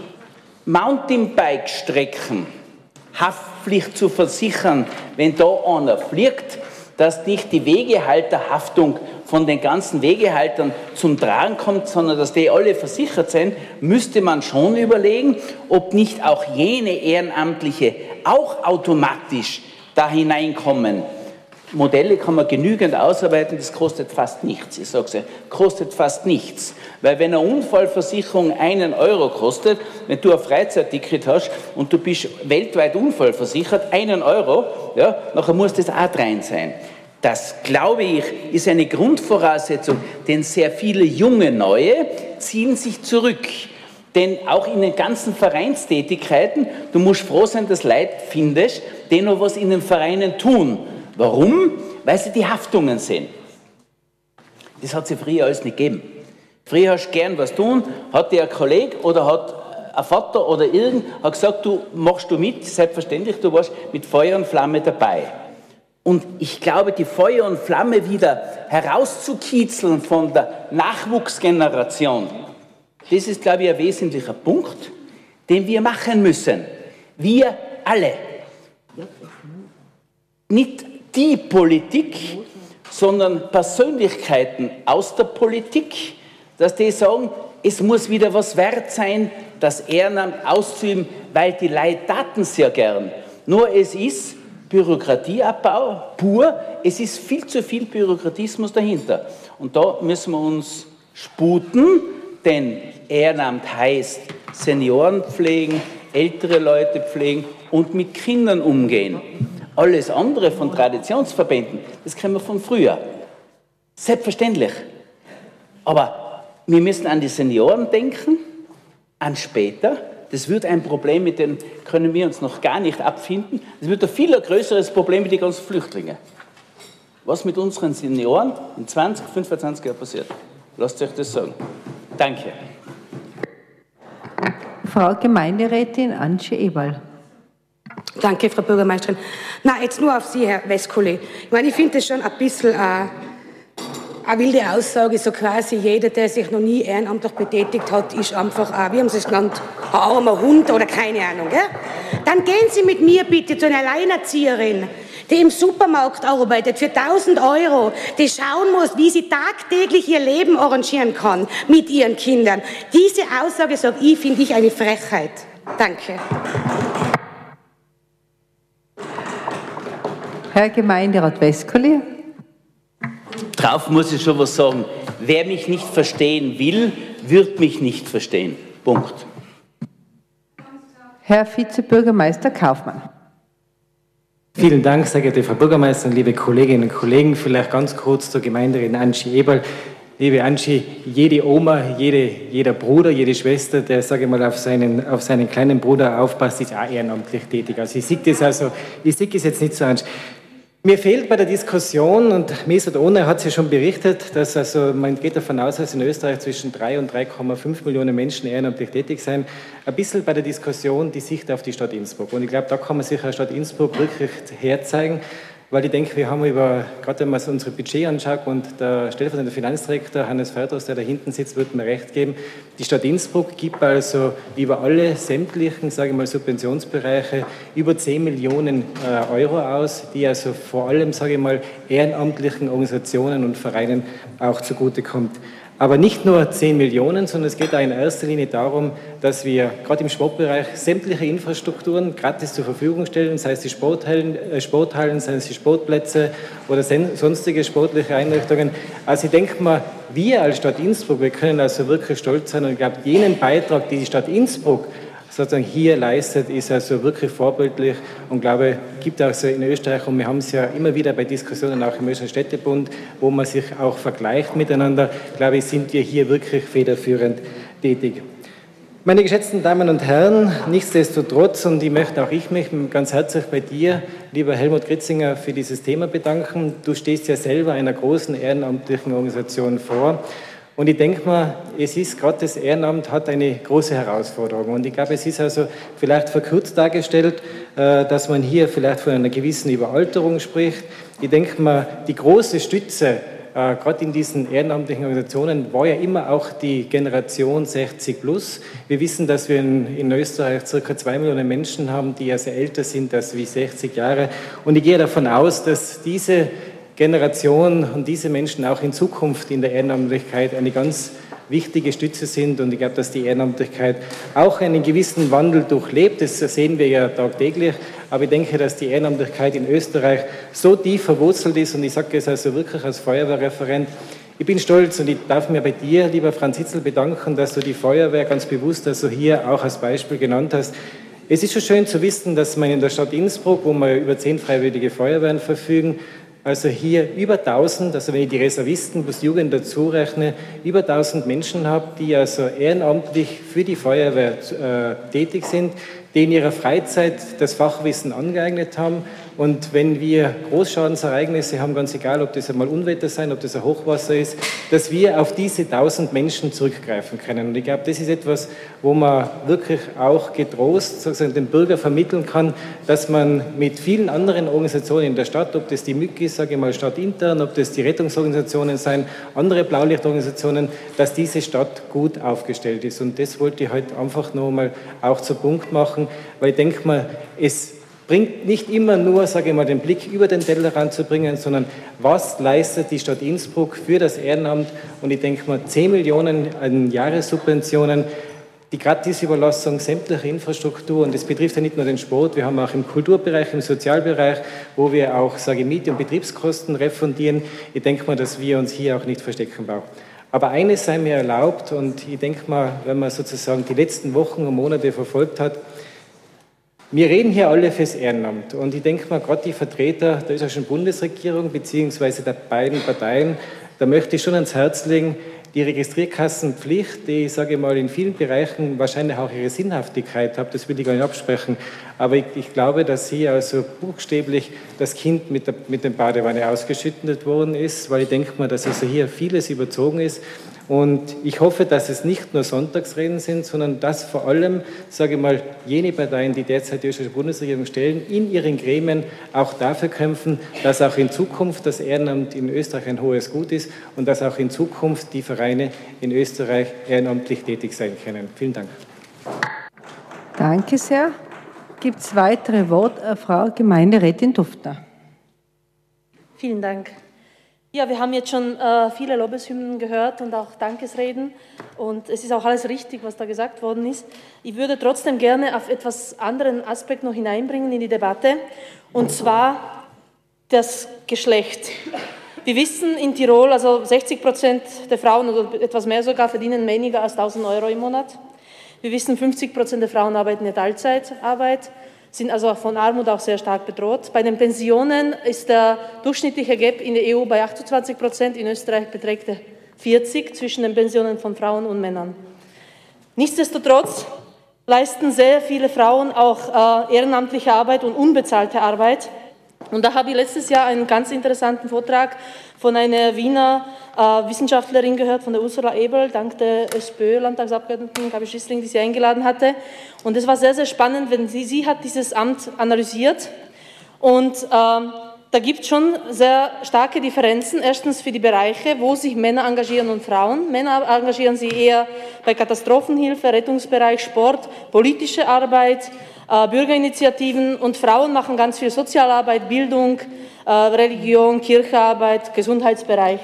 Speaker 9: Mountainbike-Strecken Haftpflicht zu versichern, wenn da einer fliegt, dass nicht die Wegehalterhaftung von den ganzen Wegehaltern zum Tragen kommt, sondern dass die alle versichert sind, müsste man schon überlegen, ob nicht auch jene Ehrenamtliche auch automatisch da hineinkommen. Modelle kann man genügend ausarbeiten, das kostet fast nichts. Ich sage es ja, kostet fast nichts. Weil wenn eine Unfallversicherung einen Euro kostet, wenn du ein Freizeitticket hast und du bist weltweit unfallversichert, einen Euro, ja, nachher muss das auch rein sein. Das, glaube ich, ist eine Grundvoraussetzung, denn sehr viele junge Neue ziehen sich zurück. Denn auch in den ganzen Vereinstätigkeiten, du musst froh sein, dass Leute findest, die noch was in den Vereinen tun. Warum? Weil sie die Haftungen sehen. Das hat es früher alles nicht gegeben. Früher hast du gern was tun, hat dir ein Kollege oder hat ein Vater oder irgend hat gesagt, du machst du mit, selbstverständlich, du warst mit Feuer und Flamme dabei. Und ich glaube, die Feuer und Flamme wieder herauszukitzeln von der Nachwuchsgeneration, das ist, glaube ich, ein wesentlicher Punkt, den wir machen müssen. Wir alle. Nicht die Politik, sondern Persönlichkeiten aus der Politik, dass die sagen, es muss wieder was wert sein, das Ehrenamt auszuüben, weil die Leute taten es ja gern. Nur es ist Bürokratieabbau pur, es ist viel zu viel Bürokratismus dahinter. Und da müssen wir uns sputen, denn Ehrenamt heißt Senioren pflegen, ältere Leute pflegen und mit Kindern umgehen. Alles andere von Traditionsverbänden, das kennen wir von früher. Selbstverständlich. Aber wir müssen an die Senioren denken, an später. Das wird ein Problem, mit dem können wir uns noch gar nicht abfinden. Das wird ein viel größeres Problem mit den ganzen Flüchtlingen. Was mit unseren Senioren in zwanzig, fünfundzwanzig Jahren passiert? Lasst euch das sagen. Danke.
Speaker 1: Frau Gemeinderätin Antje Eberl.
Speaker 2: Danke, Frau Bürgermeisterin. Na, jetzt nur auf Sie, Herr Westkoli. Ich meine, ich finde das schon ein bisschen äh, eine wilde Aussage, so quasi jeder, der sich noch nie ehrenamtlich betätigt hat, ist einfach, auch, wie haben Sie es genannt, ein armer Hund oder keine Ahnung. Gell? Dann gehen Sie mit mir bitte zu einer Alleinerzieherin, die im Supermarkt arbeitet für tausend Euro, die schauen muss, wie sie tagtäglich ihr Leben arrangieren kann mit ihren Kindern. Diese Aussage, sage ich, finde ich eine Frechheit. Danke.
Speaker 1: Herr Gemeinderat Vescoli.
Speaker 9: Drauf muss ich schon was sagen. Wer mich nicht verstehen will, wird mich nicht verstehen. Punkt.
Speaker 1: Herr Vizebürgermeister Kaufmann.
Speaker 10: Vielen Dank, sehr geehrte Frau Bürgermeisterin, liebe Kolleginnen und Kollegen. Vielleicht ganz kurz zur Gemeinderin Anschi Eberl. Liebe Anschi, jede Oma, jede, jeder Bruder, jede Schwester, der, sage ich mal, auf seinen, auf seinen kleinen Bruder aufpasst, ist auch ehrenamtlich tätig. Also ich sehe das also, ich sehe das jetzt nicht so ernst. Mir fehlt bei der Diskussion, und Mesut Ohne hat sie schon berichtet, dass also, man geht davon aus, dass in Österreich zwischen drei und drei Komma fünf Millionen Menschen ehrenamtlich tätig sind, ein bisschen bei der Diskussion die Sicht auf die Stadt Innsbruck. Und ich glaube, da kann man sich als Stadt Innsbruck wirklich herzeigen, weil ich denke, wir haben über, gerade wenn man so unsere Budget anschaut, und der stellvertretende Finanzdirektor Hannes Feldhaus, der da hinten sitzt, wird mir recht geben, die Stadt Innsbruck gibt also über alle sämtlichen, sage ich mal, Subventionsbereiche über zehn Millionen äh, Euro aus, die also vor allem, sage ich mal, ehrenamtlichen Organisationen und Vereinen auch zugutekommt. Aber nicht nur zehn Millionen, sondern es geht auch in erster Linie darum, dass wir gerade im Sportbereich sämtliche Infrastrukturen gratis zur Verfügung stellen, sei es die Sporthallen, äh, Sporthallen sei es die Sportplätze oder sonstige sportliche Einrichtungen. Also ich denke mal, wir als Stadt Innsbruck, wir können also wirklich stolz sein, und ich glaube, jenen Beitrag, den die Stadt Innsbruck sozusagen hier leistet, ist also wirklich vorbildlich, und glaube, gibt also in Österreich, und wir haben es ja immer wieder bei Diskussionen auch im Österreichischen Städtebund, wo man sich auch vergleicht miteinander, glaube ich, sind wir hier wirklich federführend tätig. Meine geschätzten Damen und Herren, nichtsdestotrotz, und ich möchte auch ich mich ganz herzlich bei dir, lieber Helmut Gritzinger, für dieses Thema bedanken. Du stehst ja selber einer großen ehrenamtlichen Organisation vor. Und ich denke mal, es ist gerade das Ehrenamt hat eine große Herausforderung. Und ich glaube, es ist also vielleicht verkürzt dargestellt, dass man hier vielleicht von einer gewissen Überalterung spricht. Ich denke mal, die große Stütze, gerade in diesen ehrenamtlichen Organisationen, war ja immer auch die Generation sechzig plus. Wir wissen, dass wir in, in Österreich circa zwei Millionen Menschen haben, die also älter sind als wie sechzig Jahre. Und ich gehe davon aus, dass diese Generation und diese Menschen auch in Zukunft in der Ehrenamtlichkeit eine ganz wichtige Stütze sind, und ich glaube, dass die Ehrenamtlichkeit auch einen gewissen Wandel durchlebt. Das sehen wir ja tagtäglich, aber ich denke, dass die Ehrenamtlichkeit in Österreich so tief verwurzelt ist, und ich sage es also wirklich als Feuerwehrreferent, ich bin stolz, und ich darf mir bei dir, lieber Franz Hitzel, bedanken, dass du die Feuerwehr ganz bewusst also hier auch als Beispiel genannt hast. Es ist schon schön zu wissen, dass man in der Stadt Innsbruck, wo wir über zehn freiwillige Feuerwehren verfügen, also hier über tausend, also wenn ich die Reservisten plus Jugend dazu rechne, über tausend Menschen habe, die also ehrenamtlich für die Feuerwehr äh, tätig sind, die in ihrer Freizeit das Fachwissen angeeignet haben. Und wenn wir Großschadensereignisse haben, ganz egal, ob das einmal Unwetter sein, ob das ein Hochwasser ist, dass wir auf diese tausend Menschen zurückgreifen können. Und ich glaube, das ist etwas, wo man wirklich auch getrost sozusagen den Bürger vermitteln kann, dass man mit vielen anderen Organisationen in der Stadt, ob das die M Ü G ist, sage ich mal, stadtintern, ob das die Rettungsorganisationen sein, andere Blaulichtorganisationen, dass diese Stadt gut aufgestellt ist. Und das wollte ich heute einfach noch mal auch zu Punkt machen, weil ich denke mal, es bringt nicht immer nur, sage ich mal, den Blick über den Tellerrand zu bringen, sondern was leistet die Stadt Innsbruck für das Ehrenamt? Und ich denke mal, zehn Millionen an Jahressubventionen, die Gratisüberlassung sämtlicher Infrastruktur, und das betrifft ja nicht nur den Sport, wir haben auch im Kulturbereich, im Sozialbereich, wo wir auch, sage ich, Miete- und Betriebskosten refundieren. Ich denke mal, dass wir uns hier auch nicht verstecken brauchen. Aber eines sei mir erlaubt, und ich denke mal, wenn man sozusagen die letzten Wochen und Monate verfolgt hat, wir reden hier alle fürs Ehrenamt, und ich denke mal, gerade die Vertreter der österreichischen Bundesregierung bzw. der beiden Parteien, da möchte ich schon ans Herz legen, die Registrierkassenpflicht, die, ich sage mal, in vielen Bereichen wahrscheinlich auch ihre Sinnhaftigkeit hat, das will ich gar nicht absprechen, aber ich, ich glaube, dass hier also buchstäblich das Kind mit der, mit der Badewanne ausgeschüttet worden ist, weil ich denke mal, dass also hier vieles überzogen ist. Und ich hoffe, dass es nicht nur Sonntagsreden sind, sondern dass vor allem, sage ich mal, jene Parteien, die derzeit die österreichische Bundesregierung stellen, in ihren Gremien auch dafür kämpfen, dass auch in Zukunft das Ehrenamt in Österreich ein hohes Gut ist und dass auch in Zukunft die Vereine in Österreich ehrenamtlich tätig sein können. Vielen Dank.
Speaker 1: Danke sehr. Gibt es weitere Worte? Frau Gemeinderätin Dufter.
Speaker 11: Vielen Dank. Ja, wir haben jetzt schon äh, viele Lobeshymnen gehört und auch Dankesreden und es ist auch alles richtig, was da gesagt worden ist. Ich würde trotzdem gerne auf etwas anderen Aspekt noch hineinbringen in die Debatte und zwar das Geschlecht. Wir wissen in Tirol, also sechzig Prozent der Frauen oder etwas mehr sogar verdienen weniger als tausend Euro im Monat. Wir wissen, fünfzig Prozent der Frauen arbeiten in Teilzeitarbeit, sind also von Armut auch sehr stark bedroht. Bei den Pensionen ist der durchschnittliche Gap in der E U bei achtundzwanzig Prozent, in Österreich beträgt er vierzig zwischen den Pensionen von Frauen und Männern. Nichtsdestotrotz leisten sehr viele Frauen auch äh, ehrenamtliche Arbeit und unbezahlte Arbeit. Und da habe ich letztes Jahr einen ganz interessanten Vortrag von einer Wiener äh, Wissenschaftlerin gehört, von der Ursula Ebel, dank der SPÖ-Landtagsabgeordneten Gabi Schissling, die sie eingeladen hatte. Und es war sehr, sehr spannend, wenn sie, sie hat dieses Amt analysiert. Und ähm, da gibt es schon sehr starke Differenzen. Erstens für die Bereiche, wo sich Männer engagieren und Frauen. Männer engagieren sich eher bei Katastrophenhilfe, Rettungsbereich, Sport, politische Arbeit, Bürgerinitiativen und Frauen machen ganz viel Sozialarbeit, Bildung, Religion, Kirchenarbeit, Gesundheitsbereich.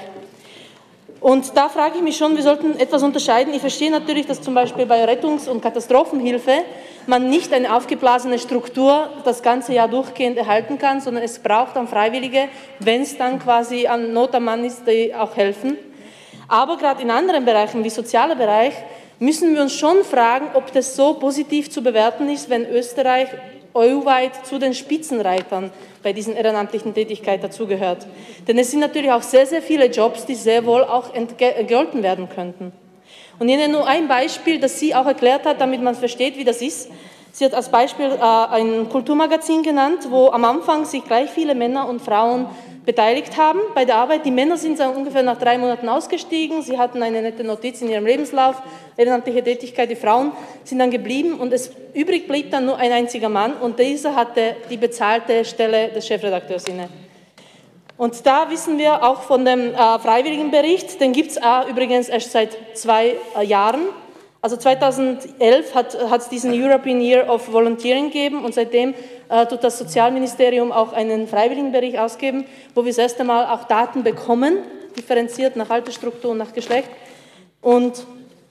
Speaker 11: Und da frage ich mich schon, wir sollten etwas unterscheiden. Ich verstehe natürlich, dass zum Beispiel bei Rettungs- und Katastrophenhilfe man nicht eine aufgeblasene Struktur das ganze Jahr durchgehend erhalten kann, sondern es braucht dann Freiwillige, wenn es dann quasi an Not am Mann ist, die auch helfen. Aber gerade in anderen Bereichen wie sozialer Bereich müssen wir uns schon fragen, ob das so positiv zu bewerten ist, wenn Österreich E U-weit zu den Spitzenreitern bei diesen ehrenamtlichen Tätigkeiten dazugehört. Denn es sind natürlich auch sehr, sehr viele Jobs, die sehr wohl auch entgelten werden könnten. Und ich nenne nur ein Beispiel, das sie auch erklärt hat, damit man versteht, wie das ist. Sie hat als Beispiel äh, ein Kulturmagazin genannt, wo am Anfang sich gleich viele Männer und Frauen beteiligt haben bei der Arbeit. Die Männer sind dann ungefähr nach drei Monaten ausgestiegen. Sie hatten eine nette Notiz in ihrem Lebenslauf, ehrenamtliche Tätigkeit. Die Frauen sind dann geblieben und es übrig blieb dann nur ein einziger Mann und dieser hatte die bezahlte Stelle des Chefredakteurs inne. Und da wissen wir auch von dem äh, Freiwilligenbericht, den gibt es äh, übrigens erst seit zwei äh, Jahren. Also zweitausendelf hat es diesen European Year of Volunteering gegeben und seitdem äh, tut das Sozialministerium auch einen Freiwilligenbericht ausgeben, wo wir das erste Mal auch Daten bekommen, differenziert nach Altersstruktur und nach Geschlecht. Und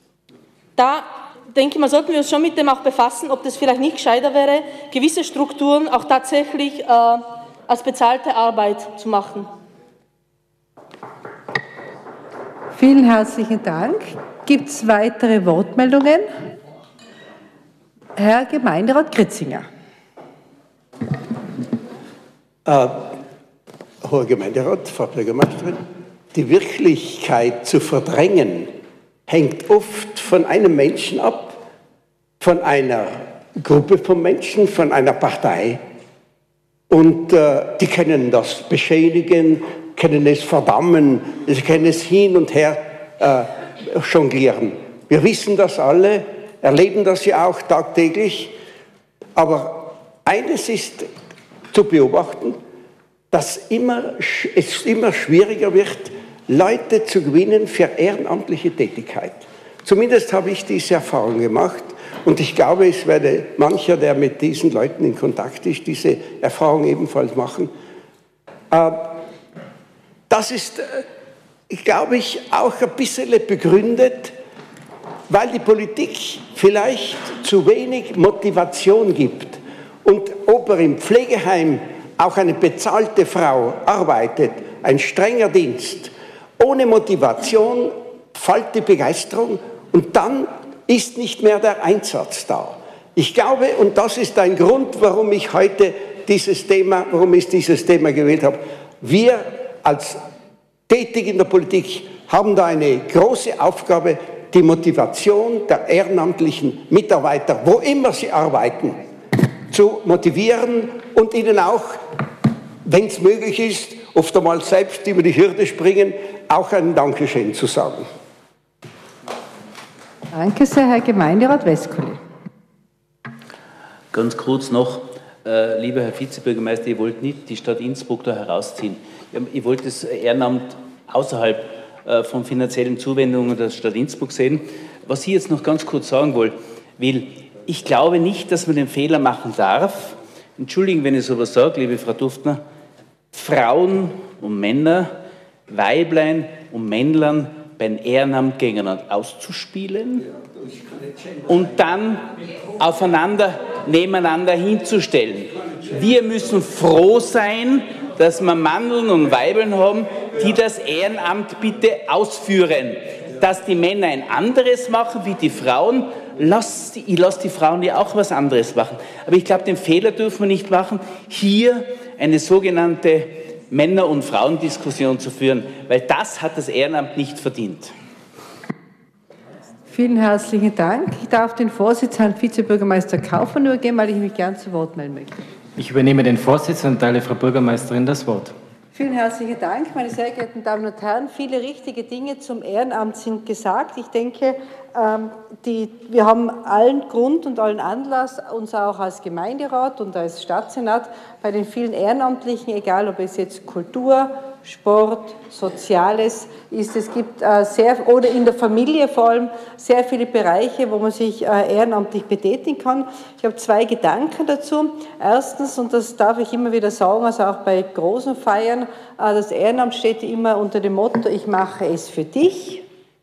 Speaker 11: da denke ich mal, sollten wir uns schon mit dem auch befassen, ob das vielleicht nicht gescheiter wäre, gewisse Strukturen auch tatsächlich äh, als bezahlte Arbeit zu machen.
Speaker 1: Vielen herzlichen Dank. Gibt es weitere Wortmeldungen? Herr Gemeinderat Kritzinger.
Speaker 3: Äh, Hoher Gemeinderat, Frau Bürgermeisterin, die Wirklichkeit zu verdrängen, hängt oft von einem Menschen ab, von einer Gruppe von Menschen, von einer Partei. Und äh, die können das beschädigen, können es verdammen, sie können es hin und her äh, jonglieren. Wir wissen das alle, erleben das ja auch tagtäglich. Aber eines ist zu beobachten, dass immer, es immer schwieriger wird, Leute zu gewinnen für ehrenamtliche Tätigkeit. Zumindest habe ich diese Erfahrung gemacht und ich glaube, es werde mancher, der mit diesen Leuten in Kontakt ist, diese Erfahrung ebenfalls machen. Das ist, glaube ich, auch ein bisschen begründet, weil die Politik vielleicht zu wenig Motivation gibt. Und ob er im Pflegeheim auch eine bezahlte Frau arbeitet, ein strenger Dienst, ohne Motivation fällt die Begeisterung und dann ist nicht mehr der Einsatz da. Ich glaube, und das ist ein Grund, warum ich heute dieses Thema, warum ich dieses Thema gewählt habe, wir als tätig in der Politik haben da eine große Aufgabe, die Motivation der ehrenamtlichen Mitarbeiter, wo immer sie arbeiten, zu motivieren und ihnen auch, wenn es möglich ist, oft einmal selbst über die Hürde springen, auch ein Dankeschön zu sagen.
Speaker 1: Danke sehr, Herr Gemeinderat Westkuli.
Speaker 9: Ganz kurz noch, äh, lieber Herr Vizebürgermeister, ihr wollt nicht die Stadt Innsbruck da herausziehen. Ihr wollt das Ehrenamt außerhalb äh, von finanziellen Zuwendungen der Stadt Innsbruck sehen. Was ich jetzt noch ganz kurz sagen will, will, ich glaube nicht, dass man den Fehler machen darf, entschuldigen, wenn ich sowas sage, liebe Frau Duftner, Frauen und Männer, Weiblein und Männlein beim Ehrenamt gegeneinander auszuspielen und dann aufeinander, nebeneinander hinzustellen. Wir müssen froh sein, dass wir Manneln und Weibeln haben, die das Ehrenamt bitte ausführen. Dass die Männer ein anderes machen wie die Frauen, lass die, ich lasse die Frauen ja auch was anderes machen. Aber ich glaube, den Fehler dürfen wir nicht machen, hier eine sogenannte Männer- und Frauendiskussion zu führen, weil das hat das Ehrenamt nicht verdient.
Speaker 1: Vielen herzlichen Dank. Ich darf den Vorsitz Herrn Vizebürgermeister Kaufmann übergeben, weil ich mich gern zu Wort melden möchte.
Speaker 10: Ich übernehme den Vorsitz und teile Frau Bürgermeisterin das Wort.
Speaker 1: Vielen herzlichen Dank, meine sehr geehrten Damen und Herren. Viele richtige Dinge zum Ehrenamt sind gesagt. Ich denke, die, wir haben allen Grund und allen Anlass, uns auch als Gemeinderat und als Stadtsenat bei den vielen Ehrenamtlichen, egal ob es jetzt Kultur, Sport, Soziales ist, es gibt äh, sehr, oder in der Familie vor allem, sehr viele Bereiche, wo man sich äh, ehrenamtlich betätigen kann. Ich habe zwei Gedanken dazu. Erstens, und das darf ich immer wieder sagen, also auch bei großen Feiern, äh, das Ehrenamt steht immer unter dem Motto, ich mache es für dich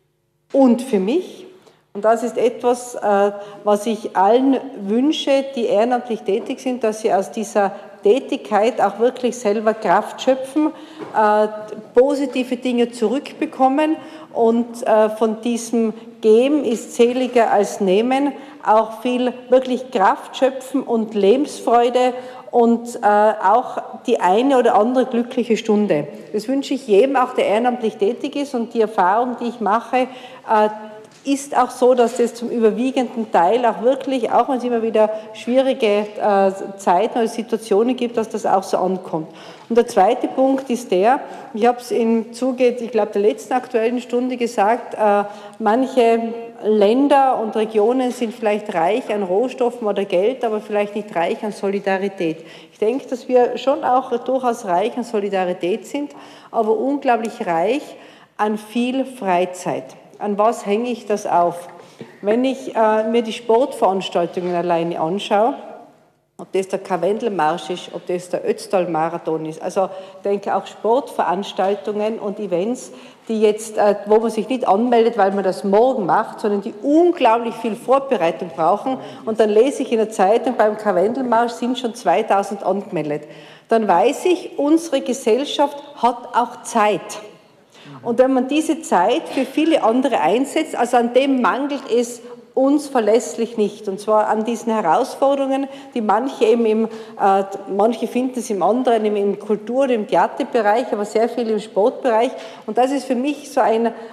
Speaker 1: und für mich. Und das ist etwas, äh, was ich allen wünsche, die ehrenamtlich tätig sind, dass sie aus dieser Tätigkeit auch wirklich selber Kraft schöpfen, äh, positive Dinge zurückbekommen und äh, von diesem Geben ist seliger als Nehmen, auch viel wirklich Kraft schöpfen und Lebensfreude und äh, auch die eine oder andere glückliche Stunde. Das wünsche ich jedem, auch der ehrenamtlich tätig ist, und die Erfahrung, die ich mache, äh, ist auch so, dass es zum überwiegenden Teil auch wirklich, auch wenn es immer wieder schwierige äh, Zeiten oder Situationen gibt, dass das auch so ankommt. Und der zweite Punkt ist der, ich habe es im Zuge, ich glaube, der letzten Aktuellen Stunde gesagt, äh, manche Länder und Regionen sind vielleicht reich an Rohstoffen oder Geld, aber vielleicht nicht reich an Solidarität. Ich denke, dass wir schon auch durchaus reich an Solidarität sind, aber unglaublich reich an viel Freizeit. An was hänge ich das auf? Wenn ich äh, mir die Sportveranstaltungen alleine anschaue, ob das der Karwendelmarsch ist, ob das der Ötztal-Marathon ist, also ich denke auch Sportveranstaltungen und Events, die jetzt, äh, wo man sich nicht anmeldet, weil man das morgen macht, sondern die unglaublich viel Vorbereitung brauchen, und dann lese ich in der Zeitung, beim Karwendelmarsch sind schon zweitausend angemeldet. Dann weiß ich, unsere Gesellschaft hat auch Zeit. Und wenn man diese Zeit für viele andere einsetzt, also an dem mangelt es uns verlässlich nicht. Und zwar an diesen Herausforderungen, die manche eben im, äh, manche finden es im anderen, im, im Kultur- und im Theaterbereich, aber sehr viel im Sportbereich. Und das ist für mich so ein äh,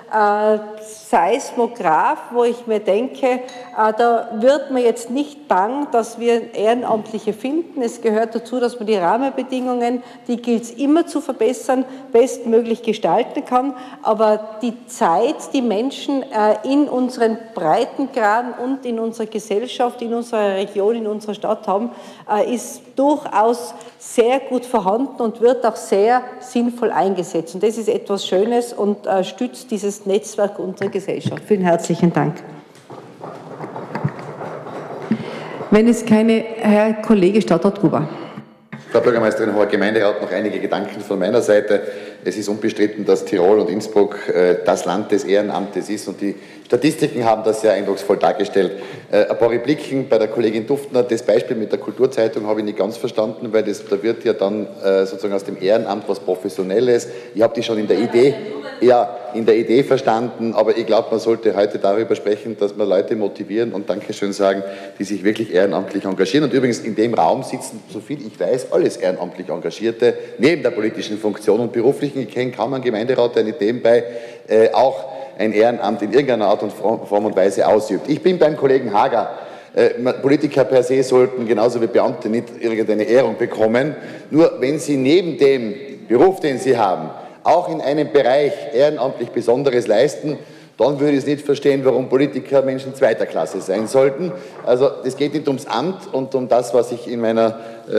Speaker 1: Seismograph, wo ich mir denke, äh, da wird man jetzt nicht bang, dass wir Ehrenamtliche finden. Es gehört dazu, dass man die Rahmenbedingungen, die gilt es immer zu verbessern, bestmöglich gestalten kann. Aber die Zeit, die Menschen äh, in unseren Breitengraden und in unserer Gesellschaft, in unserer Region, in unserer Stadt haben, ist durchaus sehr gut vorhanden und wird auch sehr sinnvoll eingesetzt. Und das ist etwas Schönes und stützt dieses Netzwerk unserer Gesellschaft. Vielen herzlichen Dank. Wenn es keine, Herr Kollege Stadtrat Gruber.
Speaker 12: Frau Bürgermeisterin, Herr Gemeinderat, noch einige Gedanken von meiner Seite. Es ist unbestritten, dass Tirol und Innsbruck äh, das Land des Ehrenamtes ist, und die Statistiken haben das sehr eindrucksvoll dargestellt. Äh, ein paar Repliken bei der Kollegin Duftner. Das Beispiel mit der Kulturzeitung habe ich nicht ganz verstanden, weil das, da wird ja dann äh, sozusagen aus dem Ehrenamt was Professionelles. Ich habe die schon in der Idee, ja, in der Idee verstanden, aber ich glaube, man sollte heute darüber sprechen, dass wir Leute motivieren und Dankeschön sagen, die sich wirklich ehrenamtlich engagieren. Und übrigens in dem Raum sitzen, soviel ich weiß, alles ehrenamtlich Engagierte, neben der politischen Funktion und beruflichen. Ich kenne kaum einen Gemeinderat, der nicht nebenbei äh, auch ein Ehrenamt in irgendeiner Art und Form und Weise ausübt. Ich bin beim Kollegen Hager. Äh, Politiker per se sollten genauso wie Beamte nicht irgendeine Ehrung bekommen. Nur wenn sie neben dem Beruf, den sie haben, auch in einem Bereich ehrenamtlich Besonderes leisten, dann würde ich es nicht verstehen, warum Politiker Menschen zweiter Klasse sein sollten. Also es geht nicht ums Amt und um das, was ich in meiner äh,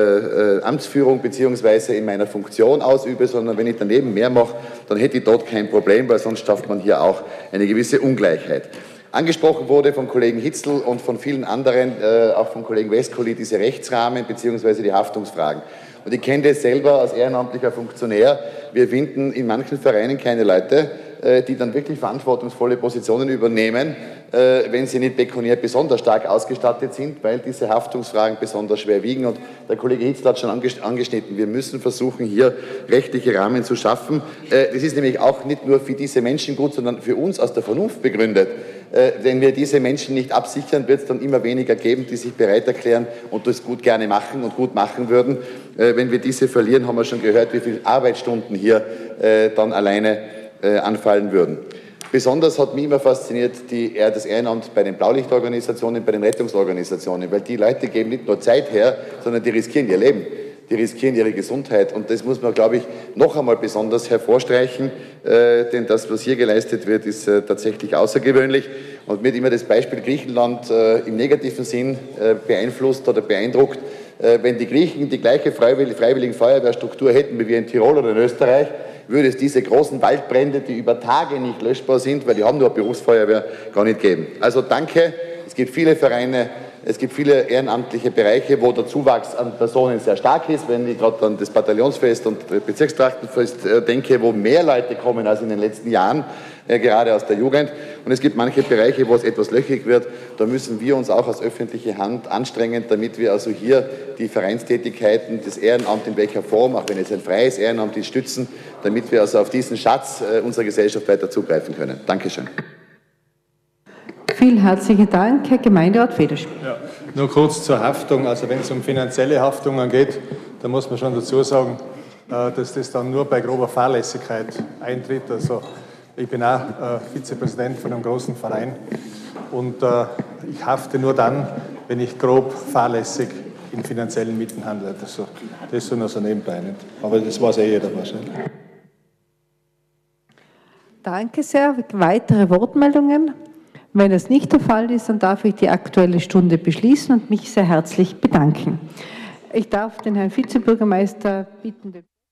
Speaker 12: äh, Amtsführung bzw. in meiner Funktion ausübe, sondern wenn ich daneben mehr mache, dann hätte ich dort kein Problem, weil sonst schafft man hier auch eine gewisse Ungleichheit. Angesprochen wurde vom Kollegen Hitzl und von vielen anderen, äh, auch vom Kollegen Westkoli, diese Rechtsrahmen bzw. die Haftungsfragen. Und ich kenne das selber als ehrenamtlicher Funktionär. Wir finden in manchen Vereinen keine Leute, äh, die dann wirklich verantwortungsvolle Positionen übernehmen, äh, wenn sie nicht pekuniär besonders stark ausgestattet sind, weil diese Haftungsfragen besonders schwer wiegen. Und der Kollege Hitzl hat schon angeschnitten, wir müssen versuchen, hier rechtliche Rahmen zu schaffen. Äh, das ist nämlich auch nicht nur für diese Menschen gut, sondern für uns aus der Vernunft begründet. Äh, wenn wir diese Menschen nicht absichern, wird es dann immer weniger geben, die sich bereit erklären und das gut gerne machen und gut machen würden. Äh, wenn wir diese verlieren, haben wir schon gehört, wie viele Arbeitsstunden hier äh, dann alleine äh, anfallen würden. Besonders hat mich immer fasziniert die, das Ehrenamt bei den Blaulichtorganisationen, bei den Rettungsorganisationen, weil die Leute geben nicht nur Zeit her, sondern die riskieren ihr Leben. Die riskieren ihre Gesundheit und das muss man, glaube ich, noch einmal besonders hervorstreichen, äh, denn das, was hier geleistet wird, ist äh, tatsächlich außergewöhnlich und mir hat immer das Beispiel Griechenland äh, im negativen Sinn äh, beeinflusst oder beeindruckt. Äh, wenn die Griechen die gleiche Freiwillig freiwilligen Feuerwehrstruktur hätten wie wir in Tirol oder in Österreich, würde es diese großen Waldbrände, die über Tage nicht löschbar sind, weil die haben nur eine Berufsfeuerwehr, gar nicht geben. Also danke, es gibt viele Vereine, es gibt viele ehrenamtliche Bereiche, wo der Zuwachs an Personen sehr stark ist. Wenn ich gerade an das Bataillonsfest und Bezirkstrachtenfest denke, wo mehr Leute kommen als in den letzten Jahren, äh, gerade aus der Jugend. Und es gibt manche Bereiche, wo es etwas löchrig wird. Da müssen wir uns auch als öffentliche Hand anstrengen, damit wir also hier die Vereinstätigkeiten, das Ehrenamt in welcher Form, auch wenn es ein freies Ehrenamt ist, stützen, damit wir also auf diesen Schatz äh, unserer Gesellschaft weiter zugreifen können. Dankeschön.
Speaker 1: Vielen herzlichen Dank, Herr Gemeinderat Federspiel.
Speaker 13: Ja, nur kurz zur Haftung. Also wenn es um finanzielle Haftungen geht, dann muss man schon dazu sagen, dass das dann nur bei grober Fahrlässigkeit eintritt. Also ich bin auch Vizepräsident von einem großen Verein und ich hafte nur dann, wenn ich grob fahrlässig in finanziellen Mitteln handle. Also das so nur so nebenbei nicht. Aber das weiß eh jeder wahrscheinlich.
Speaker 1: Danke sehr. Weitere Wortmeldungen? Wenn es nicht der Fall ist, dann darf ich die Aktuelle Stunde beschließen und mich sehr herzlich bedanken. Ich darf den Herrn Vizebürgermeister bitten.